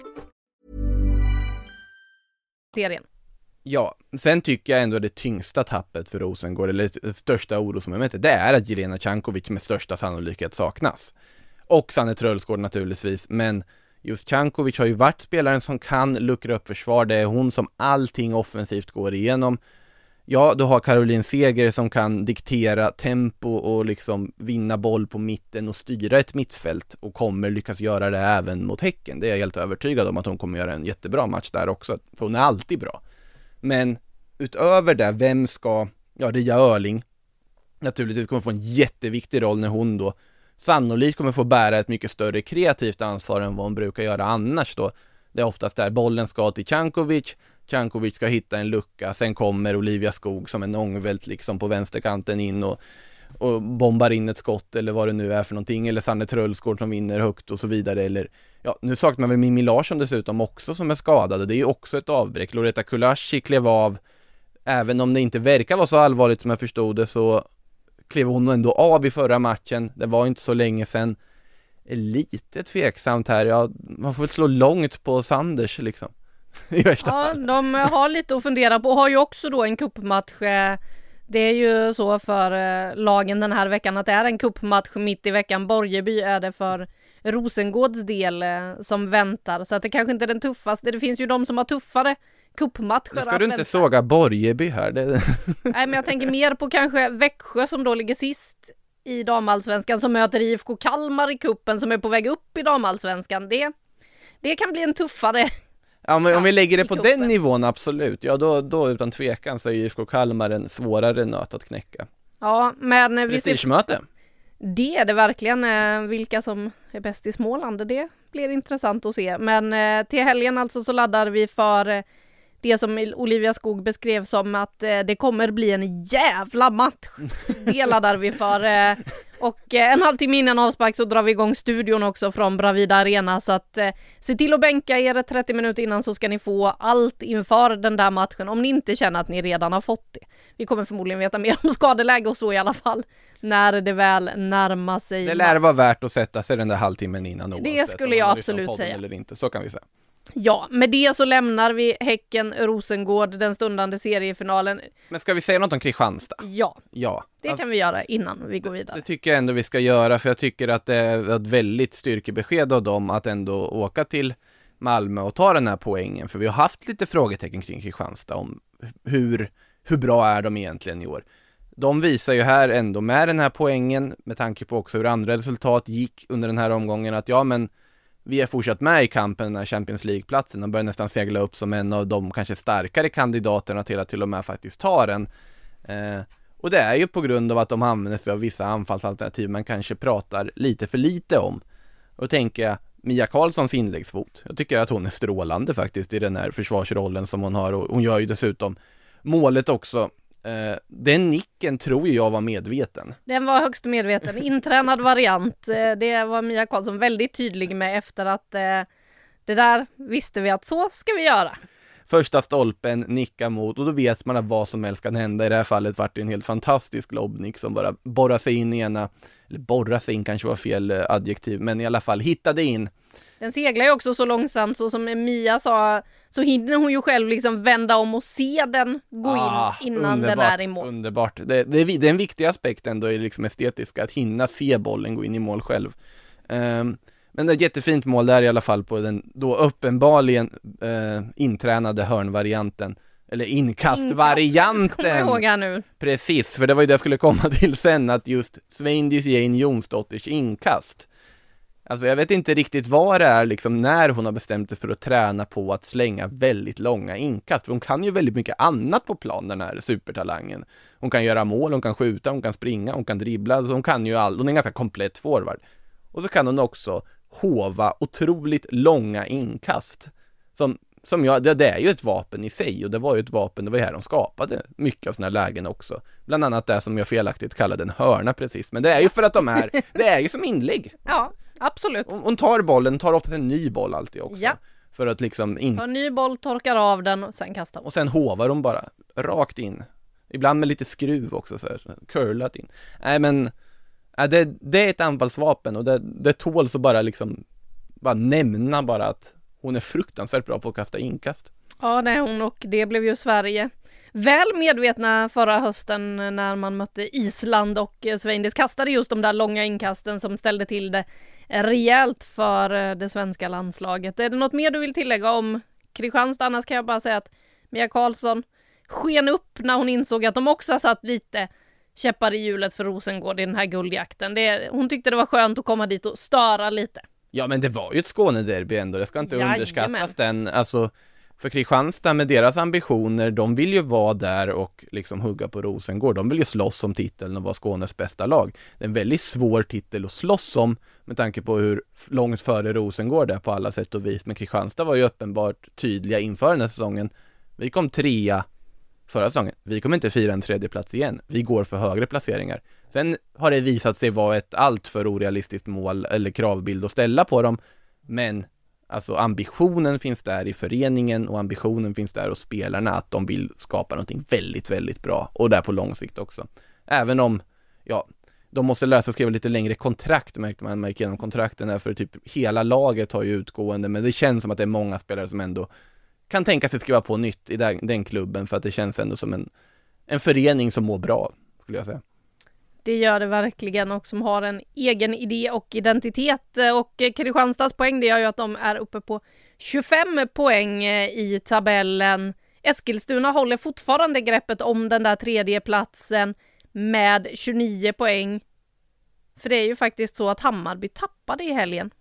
Serien. Ja, sen tycker jag ändå det tyngsta tappet för Rosengård, eller det största orosmomentet, det är att Jelena Cankovic med största sannolikhet saknas. Och Sanne Trölsgård naturligtvis, men just Cankovic har ju varit spelaren som kan luckra upp försvar, det är hon som allting offensivt går igenom. Ja, du har Caroline Seger som kan diktera tempo och liksom vinna boll på mitten och styra ett mittfält och kommer lyckas göra det även mot Häcken. Det är jag helt övertygad om att hon kommer göra en jättebra match där också, för hon är alltid bra. Men utöver det, vem ska, ja, Ria Öhrling naturligtvis kommer få en jätteviktig roll när hon då sannolikt kommer få bära ett mycket större kreativt ansvar än vad hon brukar göra annars då. Det är oftast där bollen ska till Cankovic, Cankovic ska hitta en lucka, sen kommer Olivia Skog som en ångvält liksom på vänsterkanten in och, och bombar in ett skott eller vad det nu är för någonting, eller Sanne Trölsgård som vinner högt och så vidare, eller ja, nu saknar man väl Mimmi Larsson dessutom också som är skadad och det är ju också ett avbräck. Loretta Kulashi klev av, även om det inte verkar vara så allvarligt som jag förstod det, så klev hon ändå av i förra matchen, det var inte så länge sedan. Är lite tveksamt här, ja, man får väl slå långt på Sanders liksom. I värsta Ja, fall. de har lite att fundera på och har ju också då en cupmatch. Det är ju så för lagen den här veckan att det är en cupmatch mitt i veckan. Borgeby är det för Rosengårds del som väntar, så att det kanske inte är den tuffaste. Det finns ju de som har tuffare cupmatcher. Nu ska du inte vänta. Såga Borgeby här. Det... Nej, men jag tänker mer på kanske Växjö som då ligger sist i damallsvenskan, som möter I F K Kalmar i kuppen som är på väg upp i damallsvenskan. Det, det kan bli en tuffare. Ja, men om vi lägger det på kuppen. den nivån, absolut. Ja, då, då utan tvekan så är I F K Kalmar en svårare nöt att knäcka. Ja, men vi ser... Prestigemöte. Det är det verkligen. Vilka som är bäst i Småland, det blir intressant att se. Men till helgen alltså så laddar vi för det som Olivia Skog beskrev som att det kommer bli en jävla match. Det laddar vi för. Och en halvtimme innan avspark så drar vi igång studion också från Bravida Arena. Så att se till att bänka er trettio minuter innan så ska ni få allt inför den där matchen. Om ni inte känner att ni redan har fått det. Vi kommer förmodligen veta mer om skadeläge och så i alla fall. När det väl närmar sig. Det lär vara värt att sätta sig den där halvtimmen innan. Det skulle jag absolut säga. Eller inte. Så kan vi säga. Ja, med det så lämnar vi Häcken Rosengård, den stundande seriefinalen. Men ska vi säga något om Kristianstad? Ja, ja. det alltså, kan vi göra innan vi går vidare. Det tycker jag ändå vi ska göra, för jag tycker att det är ett väldigt styrkebesked av dem att ändå åka till Malmö och ta den här poängen. För vi har haft lite frågetecken kring Kristianstad om hur, hur bra är de egentligen i år. De visar ju här ändå med den här poängen, med tanke på också hur andra resultat gick under den här omgången, att ja, men vi har fortsatt med i kampen, den här Champions League-platsen, och börjar nästan segla upp som en av de kanske starkare kandidaterna till att till och med faktiskt ta den. Eh, och det är ju på grund av att de använder sig av vissa anfallsalternativ man kanske pratar lite för lite om. Och då tänker jag Mia Karlssons inläggsfot. Jag tycker att hon är strålande faktiskt i den här försvarsrollen som hon har, och hon gör ju dessutom målet också. Uh, den nicken tror jag var medveten. Den var högst medveten, intränad variant. Det var Mia Karlsson väldigt tydlig med efter att uh, det där visste vi att så ska vi göra. Första stolpen, nicka mot, och då vet man att vad som helst kan hända. I det här fallet var det en helt fantastisk lobbnick som bara borrar sig in i ena, eller borra sig in kanske var fel adjektiv, men i alla fall hittade in Den seglar ju också så långsamt, så som Mia sa, så hinner hon ju själv liksom vända om och se den gå ah, in innan underbart, den är i mål. Underbart. Det, det, är, det är en viktig aspekt ändå i liksom estetiska, att hinna se bollen gå in i mål själv. Um, men det är ett jättefint mål där i alla fall på den då uppenbarligen uh, intränade hörnvarianten. Eller inkastvarianten. Inkast, kommer jag ihåg här nu. Precis, för det var ju det jag skulle komma till sen, att just Sveindis Jane Jonsdotters inkast. Alltså jag vet inte riktigt vad det är liksom när hon har bestämt sig för att träna på att slänga väldigt långa inkast. För hon kan ju väldigt mycket annat på plan, den här supertalangen. Hon kan göra mål, hon kan skjuta, hon kan springa, hon kan dribbla. Alltså hon kan ju allt, hon är en ganska komplett forward. Och så kan hon också hova otroligt långa inkast. Som, som jag, det, det är ju ett vapen i sig, och det var ju ett vapen, det var ju här de skapade mycket av såna här lägen också. Bland annat det som jag felaktigt kallade en hörna precis. Men det är ju för att de är, det är ju som inlägg. Ja. Absolut. Hon tar bollen, tar ofta en ny boll alltid också. Ja. För att liksom in... tar en ny boll, torkar av den och sen kastar hon. Och sen hovar hon bara rakt in. Ibland med lite skruv också, så här, curlat in. Nej men, ja, det, det är ett anfallsvapen, och det, det tål så bara liksom, bara nämna bara att hon är fruktansvärt bra på att kasta inkast. Ja, det är hon, och det blev ju Sverige väl medvetna förra hösten när man mötte Island, och Sveindis kastade just de där långa inkasten som ställde till det rejält för det svenska landslaget. Är det något mer du vill tillägga om Kristianstad? Annars kan jag bara säga att Mia Karlsson sken upp när hon insåg att de också har satt lite käppar i hjulet för Rosengård i den här guldjakten. Det, hon tyckte det var skönt att komma dit och störa lite. Ja, men det var ju ett Skånederby ändå, det ska inte Jajamän. underskattas den, alltså. För Kristianstad med deras ambitioner, de vill ju vara där och liksom hugga på Rosengård. De vill ju slåss om titeln och vara Skånes bästa lag. Det är en väldigt svår titel att slåss om med tanke på hur långt före Rosengård är på alla sätt och vis. Men Kristianstad var ju uppenbart tydliga inför den här säsongen. Vi kom trea förra säsongen. Vi kommer inte fira en tredje plats igen. Vi går för högre placeringar. Sen har det visat sig vara ett allt för orealistiskt mål eller kravbild att ställa på dem. Men alltså ambitionen finns där i föreningen, och ambitionen finns där hos spelarna att de vill skapa någonting väldigt, väldigt bra, och där på lång sikt också. Även om, ja, de måste lära sig att skriva lite längre kontrakt, märkte man, man gick igenom kontrakten här, för typ hela laget har ju utgående, men det känns som att det är många spelare som ändå kan tänka sig skriva på nytt i den, den klubben, för att det känns ändå som en, en förening som mår bra, skulle jag säga. Det gör det verkligen, och som har en egen idé och identitet. Och Kristianstads poäng, det gör ju att de är uppe på tjugofem poäng i tabellen. Eskilstuna håller fortfarande greppet om den där tredje platsen med tjugonio poäng. För det är ju faktiskt så att Hammarby tappade i helgen.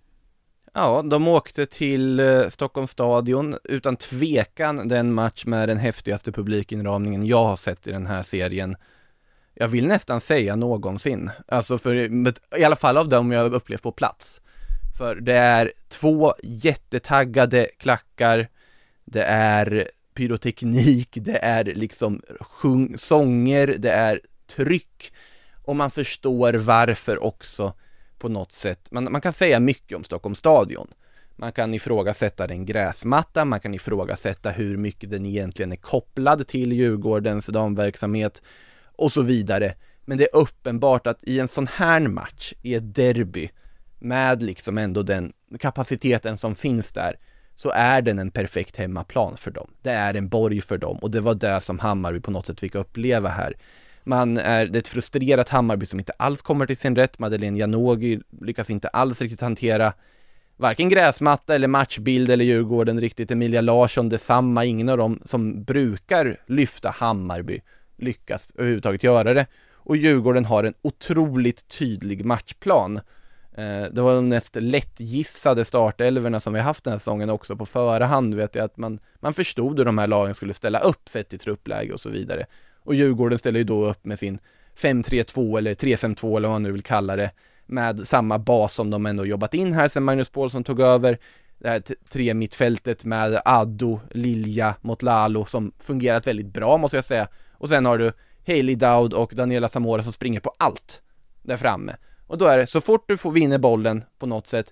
Ja, de åkte till eh, Stockholms stadion, utan tvekan den match med den häftigaste publikinramningen jag har sett i den här serien. Jag vill nästan säga någonsin. Alltså för, i alla fall av dem jag upplevt på plats. För det är två jättetaggade klackar. Det är pyroteknik. Det är liksom sjung, sånger. Det är tryck. Och man förstår varför också på något sätt. Man, man kan säga mycket om Stockholms stadion. Man kan ifrågasätta den gräsmatta. Man kan ifrågasätta hur mycket den egentligen är kopplad till Djurgårdens damverksamhet. Och så vidare. Men det är uppenbart att i en sån här match, i ett derby, med liksom ändå den kapaciteten som finns där, så är den en perfekt hemmaplan för dem. Det är en borg för dem, och det var det som Hammarby på något sätt fick uppleva här. Man är, det är ett frustrerat Hammarby som inte alls kommer till sin rätt. Madeleine Janogy lyckas inte alls riktigt hantera varken gräsmatta eller matchbild eller Djurgården riktigt. Emilia Larsson detsamma, ingen av dem som brukar lyfta Hammarby lyckas överhuvudtaget göra det. Och Djurgården har en otroligt tydlig matchplan. Eh, det var de näst lättgissade startelverna som vi haft den här säsongen också på förhand, vet jag, att man, man förstod hur de här lagen skulle ställa upp sett i truppläge och så vidare. Och Djurgården ställer ju då upp med sin fem tre två eller tre fem två eller vad man nu vill kalla det, med samma bas som de ändå jobbat in här sen Magnus Paulsson tog över. Det här t- tre mittfältet med Addo, Lilja, Motlalo som fungerat väldigt bra, måste jag säga. Och sen har du Hailey Dowd och Daniela Zamora som springer på allt där framme. Och då är det, så fort du får vinna bollen på något sätt,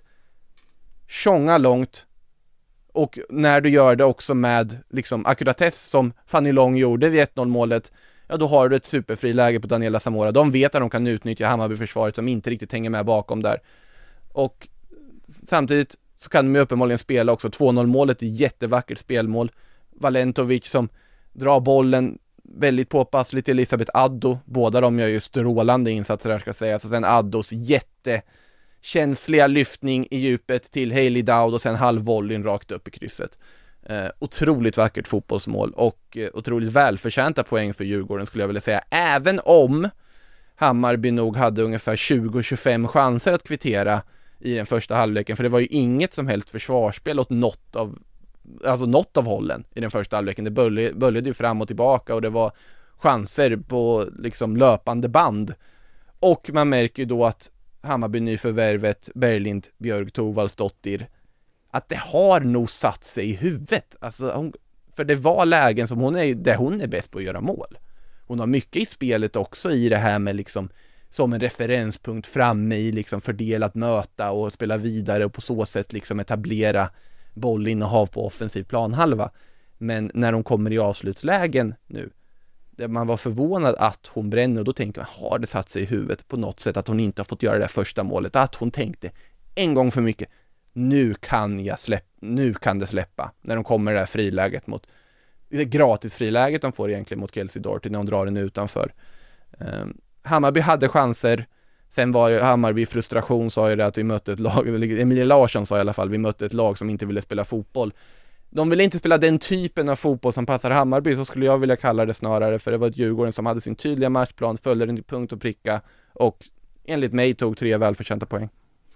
tjonga långt, och när du gör det också med liksom akkuratess som Fanny Long gjorde vid ett noll målet, ja då har du ett superfriläge på Daniela Zamora. De vet att de kan utnyttja Hammarby-försvaret som inte riktigt hänger med bakom där. Och samtidigt, så kan de ju uppenbarligen spela också. två noll målet är jättevackert spelmål. Valentovic som drar bollen väldigt påpassligt till Elisabeth Addo. Båda de gör ju strålande insatser här ska sägas. Och sen Addos jättekänsliga lyftning i djupet till Hailey Dowd och sen halvvolleyn rakt upp i krysset. Eh, otroligt vackert fotbollsmål och eh, otroligt välförtjänta poäng för Djurgården skulle jag vilja säga. Även om Hammarby nog hade ungefär tjugo till tjugofem chanser att kvittera i den första halvleken. För det var ju inget som helst försvarsspel åt något av, alltså något av hållen i den första halvleken. Det började ju fram och tillbaka och det var chanser på liksom löpande band. Och man märker ju då att Hammarby nyförvärvet Berglind Björk Thorvaldsdottir, att det har nog satt sig i huvudet. Alltså hon, för det var lägen som hon är, där hon är bäst på att göra mål. Hon har mycket i spelet också i det här med liksom som en referenspunkt framme i liksom fördelat möta och spela vidare och på så sätt liksom etablera bollinnehav på offensiv planhalva. Men när de kommer i avslutslägen nu, där man var förvånad att hon bränner, och då tänker man, har det satt sig i huvudet på något sätt att hon inte har fått göra det första målet, att hon tänkte en gång för mycket, nu kan jag släppa, nu kan det släppa, när de kommer det där friläget mot, det gratis friläget de får egentligen mot Kelsey Doherty när de drar den utanför. Um, Hammarby hade chanser, sen var ju Hammarby i frustration, sa ju det att vi mötte ett lag, Emilia Larsson sa i alla fall, vi mötte ett lag som inte ville spela fotboll. De ville inte spela den typen av fotboll som passar Hammarby, så skulle jag vilja kalla det snarare, för det var ett Djurgården som hade sin tydliga matchplan, följde den till punkt och pricka och enligt mig tog tre välförtjänta poäng.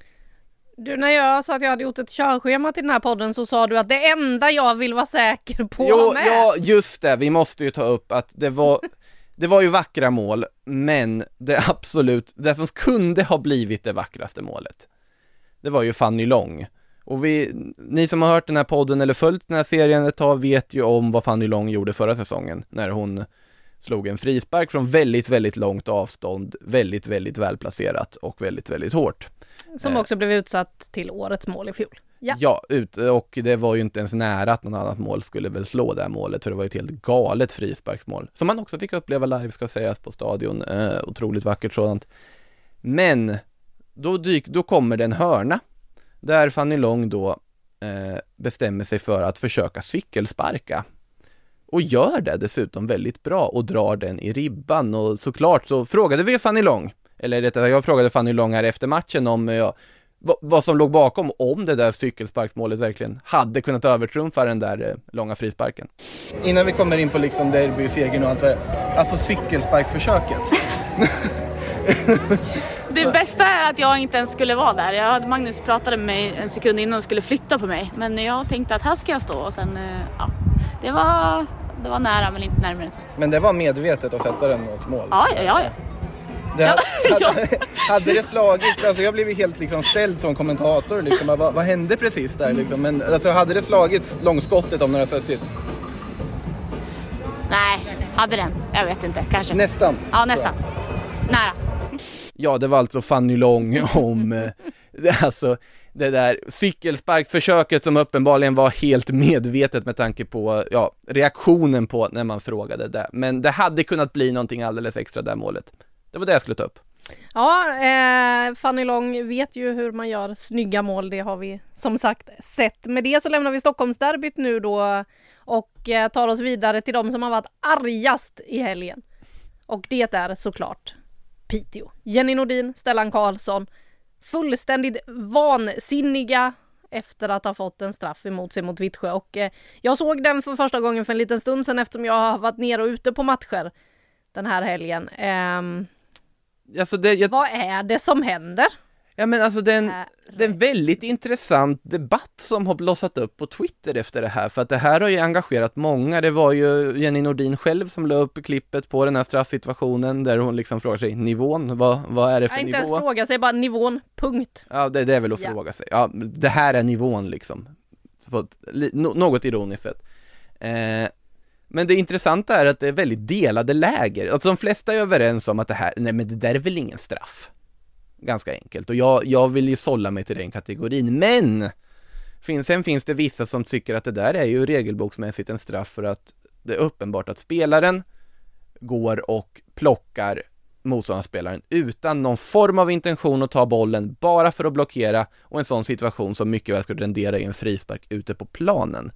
Du, när jag sa att jag hade gjort ett körschema till den här podden så sa du att det enda jag vill vara säker på jo, med. Ja, just det. Vi måste ju ta upp att det var, det var ju vackra mål, men det absolut, det som kunde ha blivit det vackraste målet, det var ju Fanny Long. Och vi, ni som har hört den här podden eller följt den här serien ett tag vet ju om vad Fanny Long gjorde förra säsongen när hon slog en frispark från väldigt, väldigt långt avstånd, väldigt, väldigt välplacerat och väldigt, väldigt hårt. Som också blev utsatt till årets mål i fjol. Ja, ja ut, och det var ju inte ens nära att någon annat mål skulle väl slå det här målet, för det var ju ett helt galet frisparksmål. Som man också fick uppleva live, ska sägas, på stadion. Eh, otroligt vackert sådant. Men då, dyk, då kommer det en hörna där Fanny Long då eh, bestämmer sig för att försöka cykelsparka. Och gör det dessutom väldigt bra och drar den i ribban. Och såklart så frågade vi Fanny Long, eller rättare, jag frågade Fanny Long här efter matchen om ja, vad, vad som låg bakom, om det där cykelsparksmålet verkligen hade kunnat övertrumfa den där eh, långa frisparken. Innan vi kommer in på liksom derbysegern och allt vad, alltså cykelsparksförsöket. Det bästa är att jag inte ens skulle vara där. Jag, Magnus pratade med mig en sekund innan och skulle flytta på mig. Men jag tänkte att här ska jag stå och sen, ja, det var, det var nära men inte närmare än så. Men det var medvetet att sätta den mot mål? Ja, ja, ja. Det hade, hade, hade det slagit, alltså jag blev ju helt liksom ställd som kommentator liksom, vad, vad hände precis där liksom, men alltså hade det slagit långskottet om några suttit? Nej, hade den, jag vet inte, kanske. Nästan? Ja, nästan, nära. Ja, det var alltså Fanny Long om det, alltså, det där cykelsparkförsöket som uppenbarligen var helt medvetet med tanke på ja, reaktionen på när man frågade det. Men det hade kunnat bli någonting alldeles extra där målet. Det var det jag skulle ta upp. Ja, eh, Fanny Long vet ju hur man gör snygga mål. Det har vi som sagt sett. Med det så lämnar vi Stockholmsderbyt nu då och eh, tar oss vidare till de som har varit argast i helgen. Och det är såklart Piteå. Jenny Nordin, Stellan Karlsson, fullständigt vansinniga efter att ha fått en straff emot sig mot Vittsjö. Och eh, jag såg den för första gången för en liten stund sedan eftersom jag har varit ner och ute på matcher den här helgen. Eh, alltså det, jag... Vad är det som händer? Ja men alltså det är, en, det är en väldigt intressant debatt som har blossat upp på Twitter efter det här, för att det här har ju engagerat många. Det var ju Jenny Nordin själv som la upp klippet på den här straffsituationen där hon liksom frågar sig nivån, vad, vad är det för jag nivå? Inte ens fråga sig, bara nivån, punkt. Ja det, det är väl att ja. fråga sig. Ja, det här är nivån liksom, på ett, no, något ironiskt sätt. Eh, men det intressanta är att det är väldigt delade läger. Alltså de flesta är överens om att det här, nej men det där är väl ingen straff. Ganska enkelt. Och jag, jag vill ju sålla mig till den kategorin. Men finns, sen finns det vissa som tycker att det där är ju regelboksmässigt en straff för att det är uppenbart att spelaren går och plockar motståndarspelaren utan någon form av intention att ta bollen bara för att blockera, och en sån situation som mycket väl skulle rendera i en frispark ute på planen.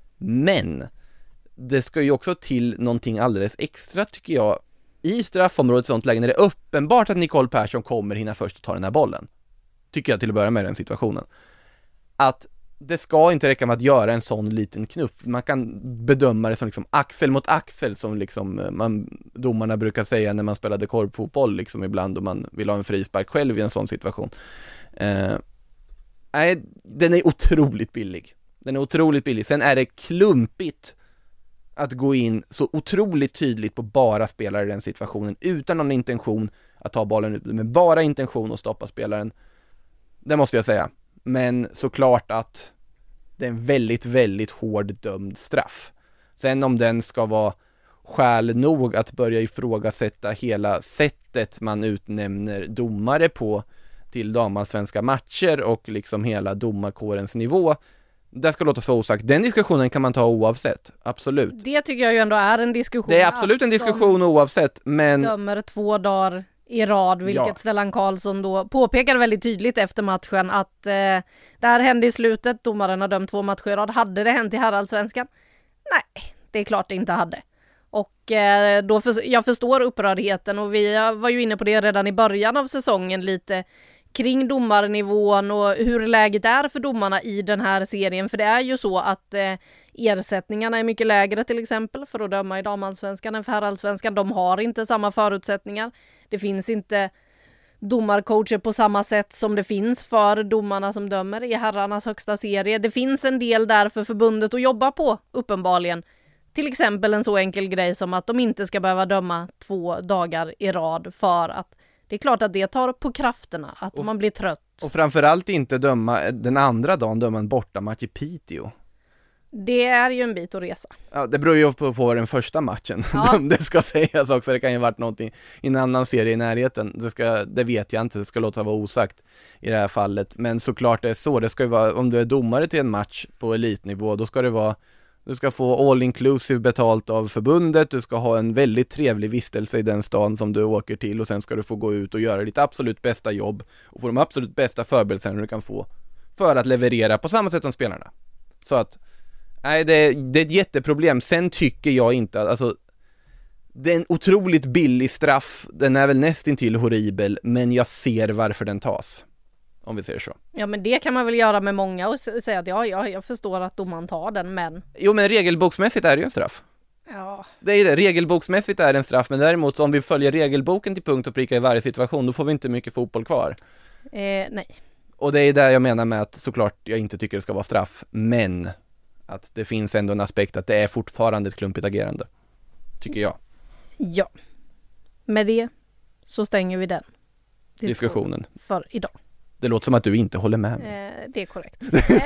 Men det ska ju också till någonting alldeles extra, tycker jag, i straffområdet, sånt läge när det är uppenbart att Nicole Persson kommer hinna först och ta den här bollen. Tycker jag till att börja med den situationen. Att det ska inte räcka med att göra en sån liten knuff. Man kan bedöma det som liksom axel mot axel, som liksom man, domarna brukar säga när man spelade korpfotboll liksom ibland, och man vill ha en frispark själv i en sån situation. Eh, nej, den är otroligt billig. Den är otroligt billig. Sen är det klumpigt att gå in så otroligt tydligt på bara spelare i den situationen utan någon intention att ta bollen ut, med bara intention att stoppa spelaren. Det måste jag säga. Men såklart att det är en väldigt, väldigt hård dömd straff. Sen om den ska vara skäl nog att börja ifrågasätta hela sättet man utnämner domare på till damallsvenska matcher och liksom hela domarkårens nivå, det ska låta så osagt. Den diskussionen kan man ta oavsett, absolut. Det tycker jag ju ändå är en diskussion. Det är absolut en diskussion oavsett, men... dömer två dagar i rad, vilket ja. Stellan Karlsson då påpekade väldigt tydligt efter matchen att eh, det här hände i slutet, domaren har dömt två matcher i rad. Hade det hänt i herrallsvenskan? Nej, det är klart det inte hade. Och eh, då för, jag förstår upprördheten, och vi var ju inne på det redan i början av säsongen lite kring domarnivån och hur läget är för domarna i den här serien. För det är ju så att eh, ersättningarna är mycket lägre till exempel för att döma i damallsvenskan än för herrallsvenskan. De har inte samma förutsättningar. Det finns inte domarcoacher på samma sätt som det finns för domarna som dömer i herrarnas högsta serie. Det finns en del där för förbundet att jobba på, uppenbarligen. Till exempel en så enkel grej som att de inte ska behöva döma två dagar i rad, för att det är klart att det tar på krafterna, att och, man blir trött. Och framförallt inte döma den andra dagen, döma en bortamatch i Piteå. Det är ju en bit att resa. Ja, det beror ju på, på den första matchen. Ja. Det ska sägas också, det kan ju ha varit någonting i en annan serie i närheten. Det, ska, det vet jag inte, det ska låta vara osagt i det här fallet. Men såklart det är så, det ska ju vara, om du är domare till en match på elitnivå, då ska det vara, du ska få all inclusive betalt av förbundet, du ska ha en väldigt trevlig vistelse i den stan som du åker till, och sen ska du få gå ut och göra ditt absolut bästa jobb och få de absolut bästa förberedelserna du kan få för att leverera på samma sätt som spelarna. Så att nej, det, det är ett jätteproblem. Sen tycker jag inte att, alltså, det är en otroligt billig straff, den är väl nästintill horribel, men jag ser varför den tas, om vi säger så. Ja, men det kan man väl göra med många och säga att ja, ja, jag förstår att domaren tar den, men... Jo, men regelboksmässigt är det ju en straff. Ja. Det är det, regelboksmässigt är det en straff, men däremot om vi följer regelboken till punkt och pricka i varje situation, då får vi inte mycket fotboll kvar. Eh, nej. Och det är där jag menar med att såklart jag inte tycker det ska vara straff, men att det finns ändå en aspekt att det är fortfarande ett klumpigt agerande, tycker jag. Ja. Med det så stänger vi den diskussionen för idag. Det låter som att du inte håller med mig. Eh, det är korrekt.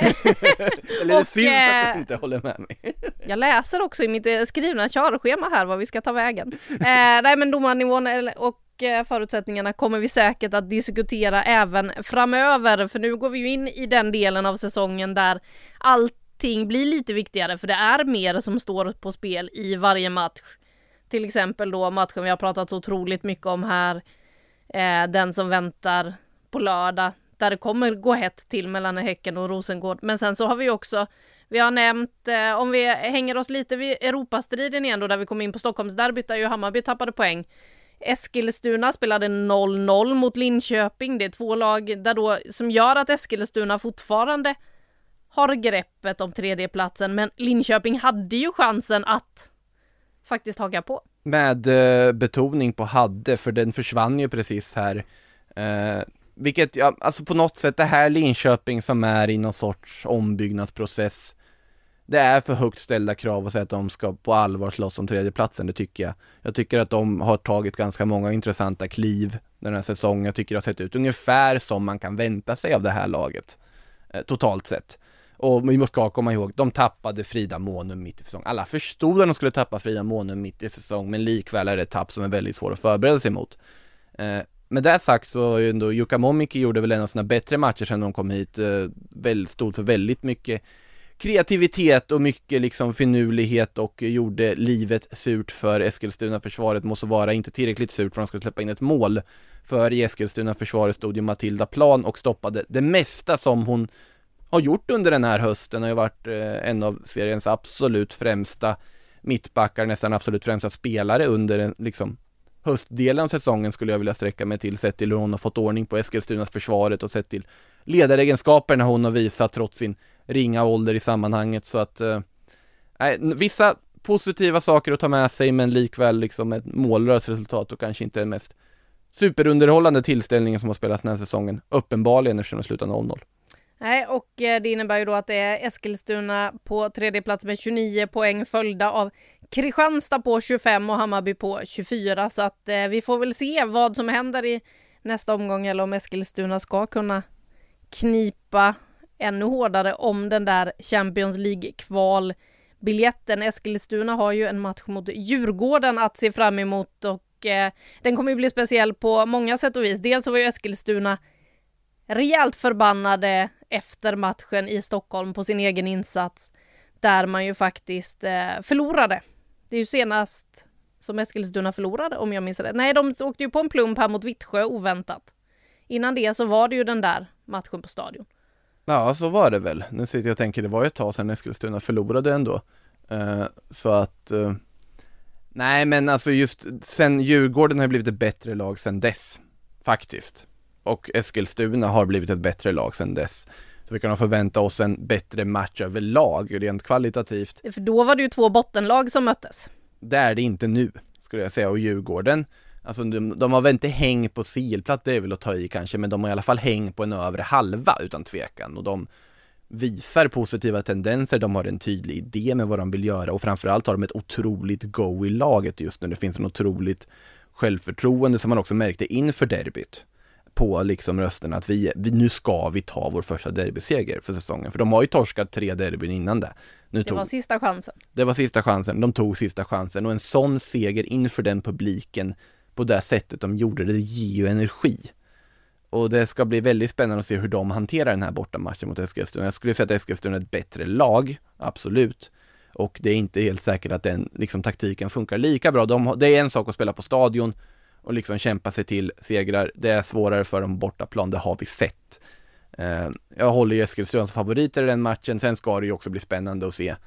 Eller det syns eh, att du inte håller med mig. Jag läser också i mitt skrivna körschema här vad vi ska ta vägen. Eh, nej, men domarnivån och förutsättningarna kommer vi säkert att diskutera även framöver. För nu går vi ju in i den delen av säsongen där allting blir lite viktigare. För det är mer som står på spel i varje match. Till exempel då matchen vi har pratat så otroligt mycket om här. Eh, den som väntar på lördag. Där det kommer gå hett till mellan Häcken och Rosengård. Men sen så har vi också, vi har nämnt, eh, om vi hänger oss lite vid Europastriden igen då, där vi kom in på Stockholmsderbyt där ju Hammarby tappade poäng. Eskilstuna spelade noll noll mot Linköping. Det är två lag där då, som gör att Eskilstuna fortfarande har greppet om tredjeplatsen. Men Linköping hade ju chansen att faktiskt haka på. Med eh, betoning på hade, för den försvann ju precis här. Eh, vilket, ja, alltså på något sätt det här Linköping som är i någon sorts ombyggnadsprocess, det är för högt ställda krav att säga att de ska på allvar slåss om tredjeplatsen, det tycker jag. Jag tycker att de har tagit ganska många intressanta kliv den här säsongen. Jag tycker det har sett ut ungefär som man kan vänta sig av det här laget, eh, totalt sett. Och vi måste komma ihåg, de tappade Frida Månum mitt i säsong. Alla förstod att de skulle tappa Frida Månum mitt i säsong, men likväl är det ett tapp som är väldigt svår att förbereda sig mot. Eh, med det sagt så ju ändå Jukka Momiki gjorde väl en av sina bättre matcher sedan de kom hit. Eh, väl, stod för väldigt mycket kreativitet och mycket liksom finurlighet och gjorde livet surt för Eskilstuna-försvaret. Måste vara inte tillräckligt surt för att de skulle släppa in ett mål. För i Eskilstuna-försvaret stod ju Matilda Plan och stoppade det mesta som hon har gjort under den här hösten. Har ju varit eh, en av seriens absolut främsta mittbackar, nästan absolut främsta spelare under en, liksom, höstdelen av säsongen skulle jag vilja sträcka mig till, sett till hur hon har fått ordning på Eskilstunas försvaret och sett till ledaregenskaperna hon har visat trots sin ringa ålder i sammanhanget. Så att eh, vissa positiva saker att ta med sig, men likväl liksom ett mållöst resultat och kanske inte den mest superunderhållande tillställningen som har spelats den här säsongen, uppenbarligen eftersom det slutar noll noll. Nej, och det innebär ju då att det är Eskilstuna på tredje plats med tjugonio poäng, följda av Kristianstad på tjugofem och Hammarby på tjugofyra. Så att eh, vi får väl se vad som händer i nästa omgång, eller om Eskilstuna ska kunna knipa ännu hårdare om den där Champions League-kvalbiljetten. Eskilstuna har ju en match mot Djurgården att se fram emot, och eh, den kommer ju bli speciell på många sätt och vis. Dels så var ju Eskilstuna rejält förbannade efter matchen i Stockholm på sin egen insats, där man ju faktiskt eh, förlorade. Det är ju senast som Eskilstuna förlorade, om jag minns rätt. Nej, de åkte ju på en plump här mot Vittsjö oväntat. Innan det så var det ju den där matchen på stadion. Ja, så var det väl. Nu sitter jag och tänker, det var ju ett tag sedan Eskilstuna förlorade ändå. Uh, så att... Uh, nej, men alltså just sen Djurgården har blivit ett bättre lag sen dess. Faktiskt. Och Eskilstuna har blivit ett bättre lag sen dess. Så vi kan förvänta oss en bättre match överlag, rent kvalitativt. För då var det ju två bottenlag som möttes. Det är det inte nu, skulle jag säga. Och Djurgården, alltså de, de har väl inte häng på silplats, det är väl att ta i kanske, men de har i alla fall häng på en övre halva utan tvekan. Och de visar positiva tendenser, de har en tydlig idé med vad de vill göra, och framförallt har de ett otroligt go i laget just nu. Det finns en otroligt självförtroende som man också märkte inför derbyt på liksom rösterna att vi, vi nu ska vi ta vår första derbyseger för säsongen. För de har ju torskat tre derbyn innan det. Nu det tog, var sista chansen. Det var sista chansen. De tog sista chansen. Och en sån seger inför den publiken på det sättet de gjorde, det ger ju energi. Och det ska bli väldigt spännande att se hur de hanterar den här bortamatchen mot Eskilstuna. Jag skulle säga att Eskilstuna är ett bättre lag, absolut. Och det är inte helt säkert att den liksom, taktiken funkar lika bra. De, det är en sak att spela på stadion och liksom kämpa sig till segrar. Det är svårare för dem bortaplan, det har vi sett. Eh, jag håller ju Eskilstuna som favoriter i den matchen. Sen ska det ju också bli spännande att se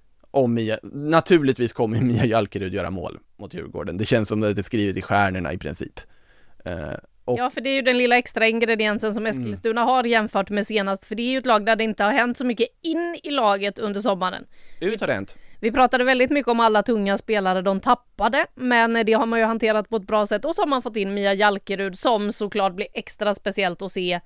om Mia, naturligtvis kommer Mia Jalkerud göra mål mot Djurgården. Det känns som att det är skrivet i stjärnorna i princip. Eh, och... Ja, för det är ju den lilla extra ingrediensen som Eskilstuna mm. har jämfört med senast. För det är ju ett lag där det inte har hänt så mycket in i laget under sommaren. Ut har det hänt. Vi pratade väldigt mycket om alla tunga spelare de tappade, men det har man ju hanterat på ett bra sätt. Och så har man fått in Mia Jalkerud som såklart blir extra speciellt att se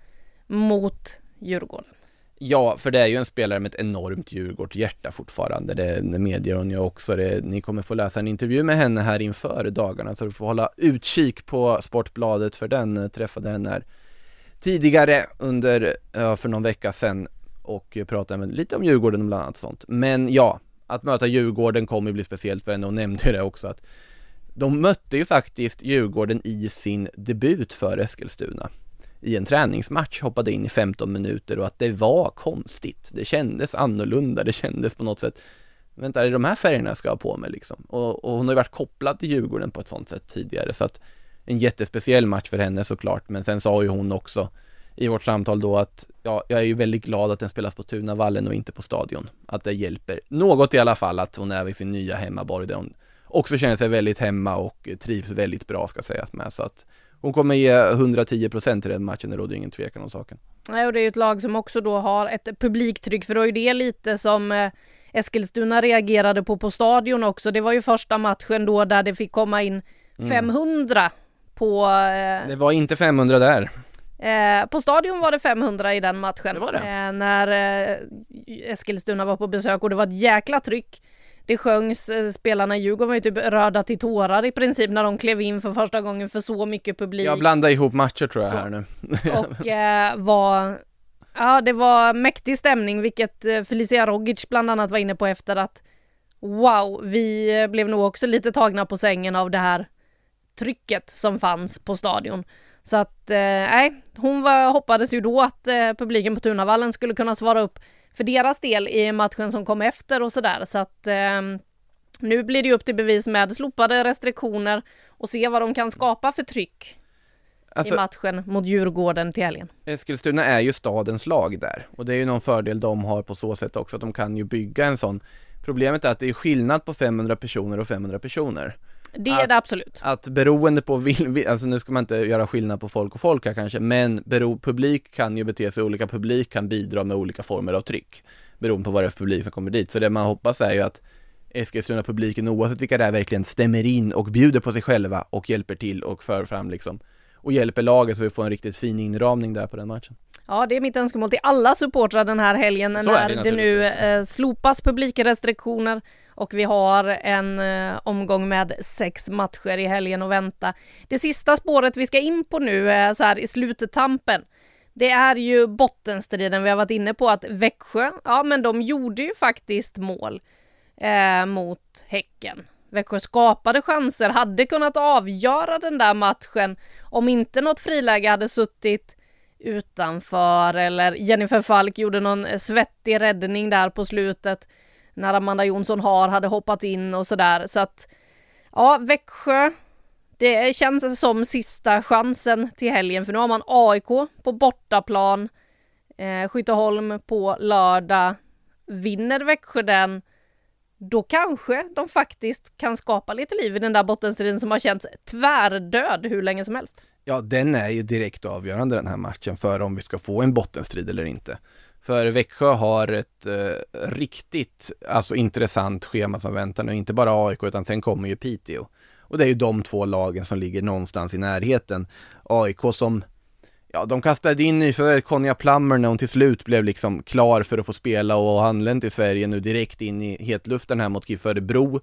mot Djurgården. Ja, för det är ju en spelare med ett enormt Djurgårdshjärta fortfarande. Det, det medger hon ju också. Det, ni kommer få läsa en intervju med henne här inför dagarna, så du får hålla utkik på Sportbladet för den. Träffade henne här tidigare under, ja, för någon vecka sedan och pratade med lite om Djurgården och bland annat sånt. Men ja, att möta Djurgården kommer bli speciellt för henne, och nämnde det också att de mötte ju faktiskt Djurgården i sin debut för Eskilstuna. I en träningsmatch, hoppade in i femton minuter, och att det var konstigt. Det kändes annorlunda, det kändes på något sätt, vänta, är det de här färgerna jag ska ha på mig liksom? Och, och hon har ju varit kopplad till Djurgården på ett sånt sätt tidigare, så att en jättespeciell match för henne såklart. Men sen sa ju hon också i vårt samtal då att ja, jag är ju väldigt glad att den spelas på Tunavallen och inte på stadion. Att det hjälper något i alla fall att hon är vid sin nya hemmaborg där hon också känner sig väldigt hemma och trivs väldigt bra, ska sägas med. Så att hon kommer ge hundratio procent i den matchen, det råder ingen tvekan om saken. Nej, och det är ju ett lag som också då har ett publiktryck, för då är det lite som Eskilstuna reagerade på på stadion också. Det var ju första matchen då där det fick komma in femhundra mm. på... Eh, det var inte femhundra där. Eh, på stadion var det femhundra i den matchen. Det var det. Eh, när eh, Eskilstuna var på besök, och det var ett jäkla tryck. Det sjöngs, eh, spelarna i Djurgården var ju typ röda till tårar i princip när de klev in för första gången för så mycket publik. Jag blandar ihop matcher tror jag så. Här nu. Och eh, var... Ja, det var mäktig stämning, vilket eh, Felicia Rogic bland annat var inne på efter att wow, vi blev nog också lite tagna på sängen av det här trycket som fanns på stadion. Så att, nej, eh, hon var, hoppades ju då att eh, publiken på Tunavallen skulle kunna svara upp för deras del i matchen som kom efter och sådär. Så att eh, nu blir det upp till bevis med slopade restriktioner och se vad de kan skapa för tryck alltså, i matchen mot Djurgården till helgen. Eskilstuna är ju stadens lag där och det är ju någon fördel de har på så sätt också att de kan ju bygga en sån. Problemet är att det är skillnad på femhundra personer och femhundra personer. Det är att, det absolut. Att beroende på, alltså nu ska man inte göra skillnad på folk och folk här kanske, men bero, publik kan ju bete sig olika, publik kan bidra med olika former av tryck beroende på vad det är för publik som kommer dit. Så det man hoppas är ju att Eskilstuna-publiken oavsett vilka det är verkligen stämmer in och bjuder på sig själva och hjälper till och för fram liksom och hjälper laget så vi får en riktigt fin inramning där på den matchen. Ja, det är mitt önskemål till alla supportrar den här helgen så när det, det nu eh, slopas publikrestriktioner och vi har en eh, omgång med sex matcher i helgen att vänta. Det sista spåret vi ska in på nu eh, så här i slutetampen, det är ju bottenstriden. Vi har varit inne på att Växjö, ja men de gjorde ju faktiskt mål eh, mot Häcken. Växjö skapade chanser, hade kunnat avgöra den där matchen om inte något friläge hade suttit utanför eller Jennifer Falk gjorde någon svettig räddning där på slutet när Amanda Jonsson har hade hoppat in och sådär. Så att ja, Växjö, det känns som sista chansen till helgen för nu har man A I K på bortaplan, eh, Skytteholm på lördag. Vinner Växjö den, då kanske de faktiskt kan skapa lite liv i den där bottenstriden som har känts tvärdöd hur länge som helst. Ja, den är ju direkt avgörande den här matchen för om vi ska få en bottenstrid eller inte. För Växjö har ett eh, riktigt alltså intressant schema som väntar nu, inte bara A I K utan sen kommer ju Piteå. Och det är ju de två lagen som ligger någonstans i närheten. A I K som, ja de kastade in nyförvärvet Konja Plammer när hon till slut blev liksom klar för att få spela och anlänt till Sverige nu direkt in i hetluften här mot GIF Örebro.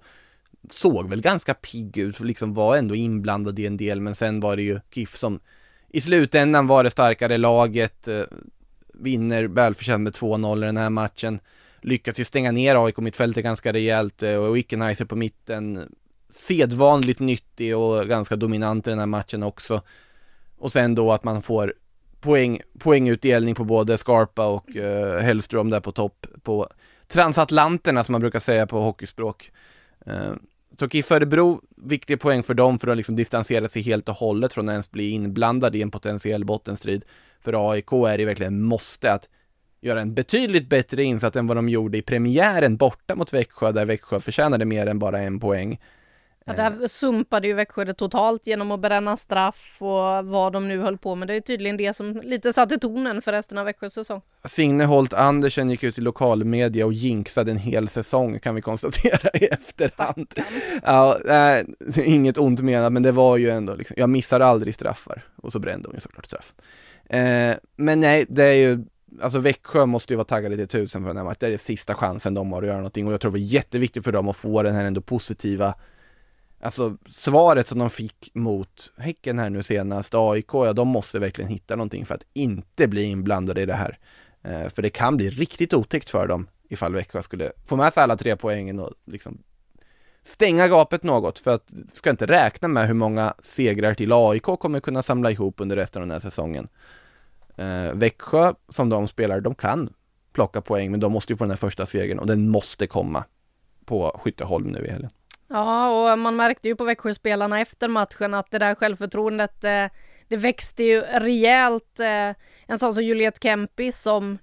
Såg väl ganska pigg ut, liksom var ändå inblandad i en del, men sen var det ju GIF som i slutändan var det starkare laget, eh, vinner välförtjänt med två noll i den här matchen, lyckas ju stänga ner A I K mittfältet ganska rejält eh, och Wickenheiser på mitten, sedvanligt nyttig och ganska dominant i den här matchen också. Och sen då att man får poäng, poängutdelning på både Scarpa och eh, Hellström där på topp, på transatlanterna som man brukar säga på hockeyspråk. Uh, Toki Förebro, viktig poäng för dem för att liksom distansera sig helt och hållet från att ens bli inblandad i en potentiell bottenstrid. För A I K är det verkligen måste att göra en betydligt bättre insats än vad de gjorde i premiären borta mot Växjö, där Växjö förtjänade mer än bara en poäng. Ja, där sumpade ju Växjö det totalt genom att bränna straff och vad de nu höll på med. Det är tydligen det som lite satte tonen för resten av Växjös säsong. Signe Holt Andersen gick ut i lokalmedia och jinxade en hel säsong, kan vi konstatera i efterhand. Ja, äh, inget ont menat, men det var ju ändå liksom, jag missar aldrig straffar. Och så brände hon ju såklart straff. Eh, men nej, det är ju alltså Växjö måste ju vara taggade till tusen för den här matchen. Det är det sista chansen de har att göra någonting och jag tror det var jätteviktigt för dem att få den här ändå positiva alltså svaret som de fick mot Häcken här nu senast, A I K, ja de måste verkligen hitta någonting för att inte bli inblandade i det här. Eh, för det kan bli riktigt otäckt för dem ifall Växjö skulle få med sig alla tre poängen och liksom stänga gapet något, för att ska inte räkna med hur många segrar till A I K kommer kunna samla ihop under resten av den här säsongen. Eh, Växjö som de spelar, de kan plocka poäng men de måste ju få den här första segern och den måste komma på Skytteholm nu i helgen. Ja, och man märkte ju på Växjöspelarna efter matchen att det där självförtroendet eh, det växte ju rejält. Eh, en sån som Juliette Kempis som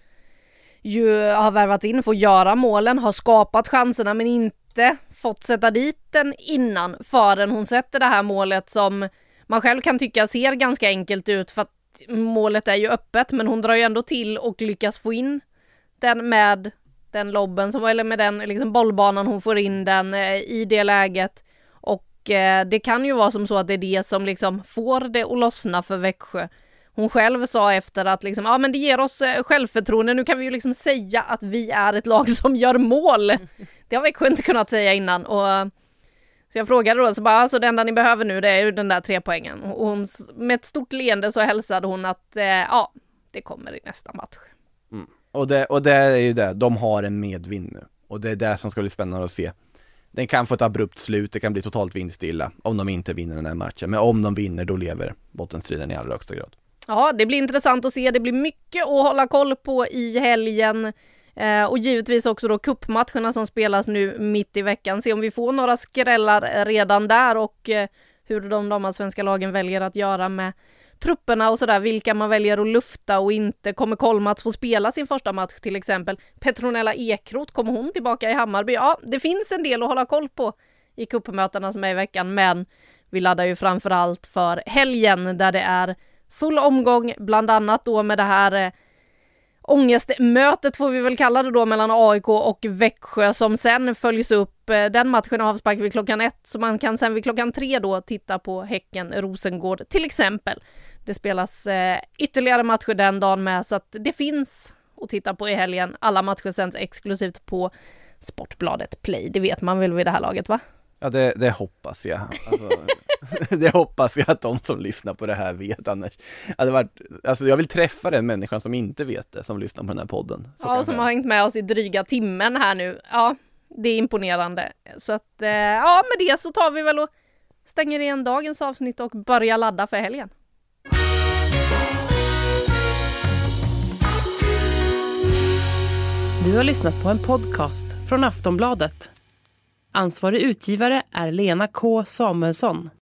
ju har värvat in för att göra målen, har skapat chanserna men inte fått sätta dit den innan förrän hon sätter det här målet som man själv kan tycka ser ganska enkelt ut för att målet är ju öppet, men hon drar ju ändå till och lyckas få in den med den lobben som, eller med den liksom bollbanan hon får in den eh, i det läget. Och eh, det kan ju vara som så att det är det som liksom får det att lossna för Växjö. Hon själv sa efter att liksom, ja men det ger oss eh, självförtroende, nu kan vi ju liksom säga att vi är ett lag som gör mål. Det har Växjö inte kunnat säga innan. Och så jag frågade då, så bara, alltså det enda ni behöver nu det är ju den där tre poängen. Och hon, med ett stort leende så hälsade hon att eh, ja, det kommer i nästa match. Mm. Och, det, och det är ju det, de har en medvind nu. Och det är det som ska bli spännande att se. Den kan få ett abrupt slut, det kan bli totalt vindstilla om de inte vinner den här matchen. Men om de vinner, då lever bottenstriden i allra högsta grad. Ja, det blir intressant att se. Det blir mycket att hålla koll på i helgen. Eh, och givetvis också då cupmatcherna som spelas nu mitt i veckan. Se om vi får några skrällar redan där och eh, hur de damallsvenska lagen väljer att göra med trupperna och sådär. Vilka man väljer att lufta och inte. Kommer Kolmats få spela sin första match till exempel? Petronella Ekroth, kommer hon tillbaka i Hammarby? Ja, det finns en del att hålla koll på i cupmötena som är i veckan, men vi laddar ju framförallt för helgen där det är full omgång, bland annat då med det här eh, ångestmötet får vi väl kalla det då mellan A I K och Växjö som sen följs upp. Eh, den matchen har avspark vid klockan ett, så man kan sen vid klockan tre då titta på Häcken Rosengård till exempel. Det spelas eh, ytterligare matcher den dagen med, så att det finns att titta på i helgen. Alla matcher sänds exklusivt på Sportbladet Play. Det vet man väl vid det här laget, va? Ja, det, det hoppas jag. Alltså, det hoppas jag att de som lyssnar på det här vet, annars. Ja, det var, alltså, jag vill träffa den människan som inte vet det, som lyssnar på den här podden. Så ja, och som har hängt med oss i dryga timmen här nu. Ja, det är imponerande. Så att, eh, ja, med det så tar vi väl och stänger igen dagens avsnitt och börjar ladda för helgen. Du har lyssnat på en podcast från Aftonbladet. Ansvarig utgivare är Lena K. Samuelsson.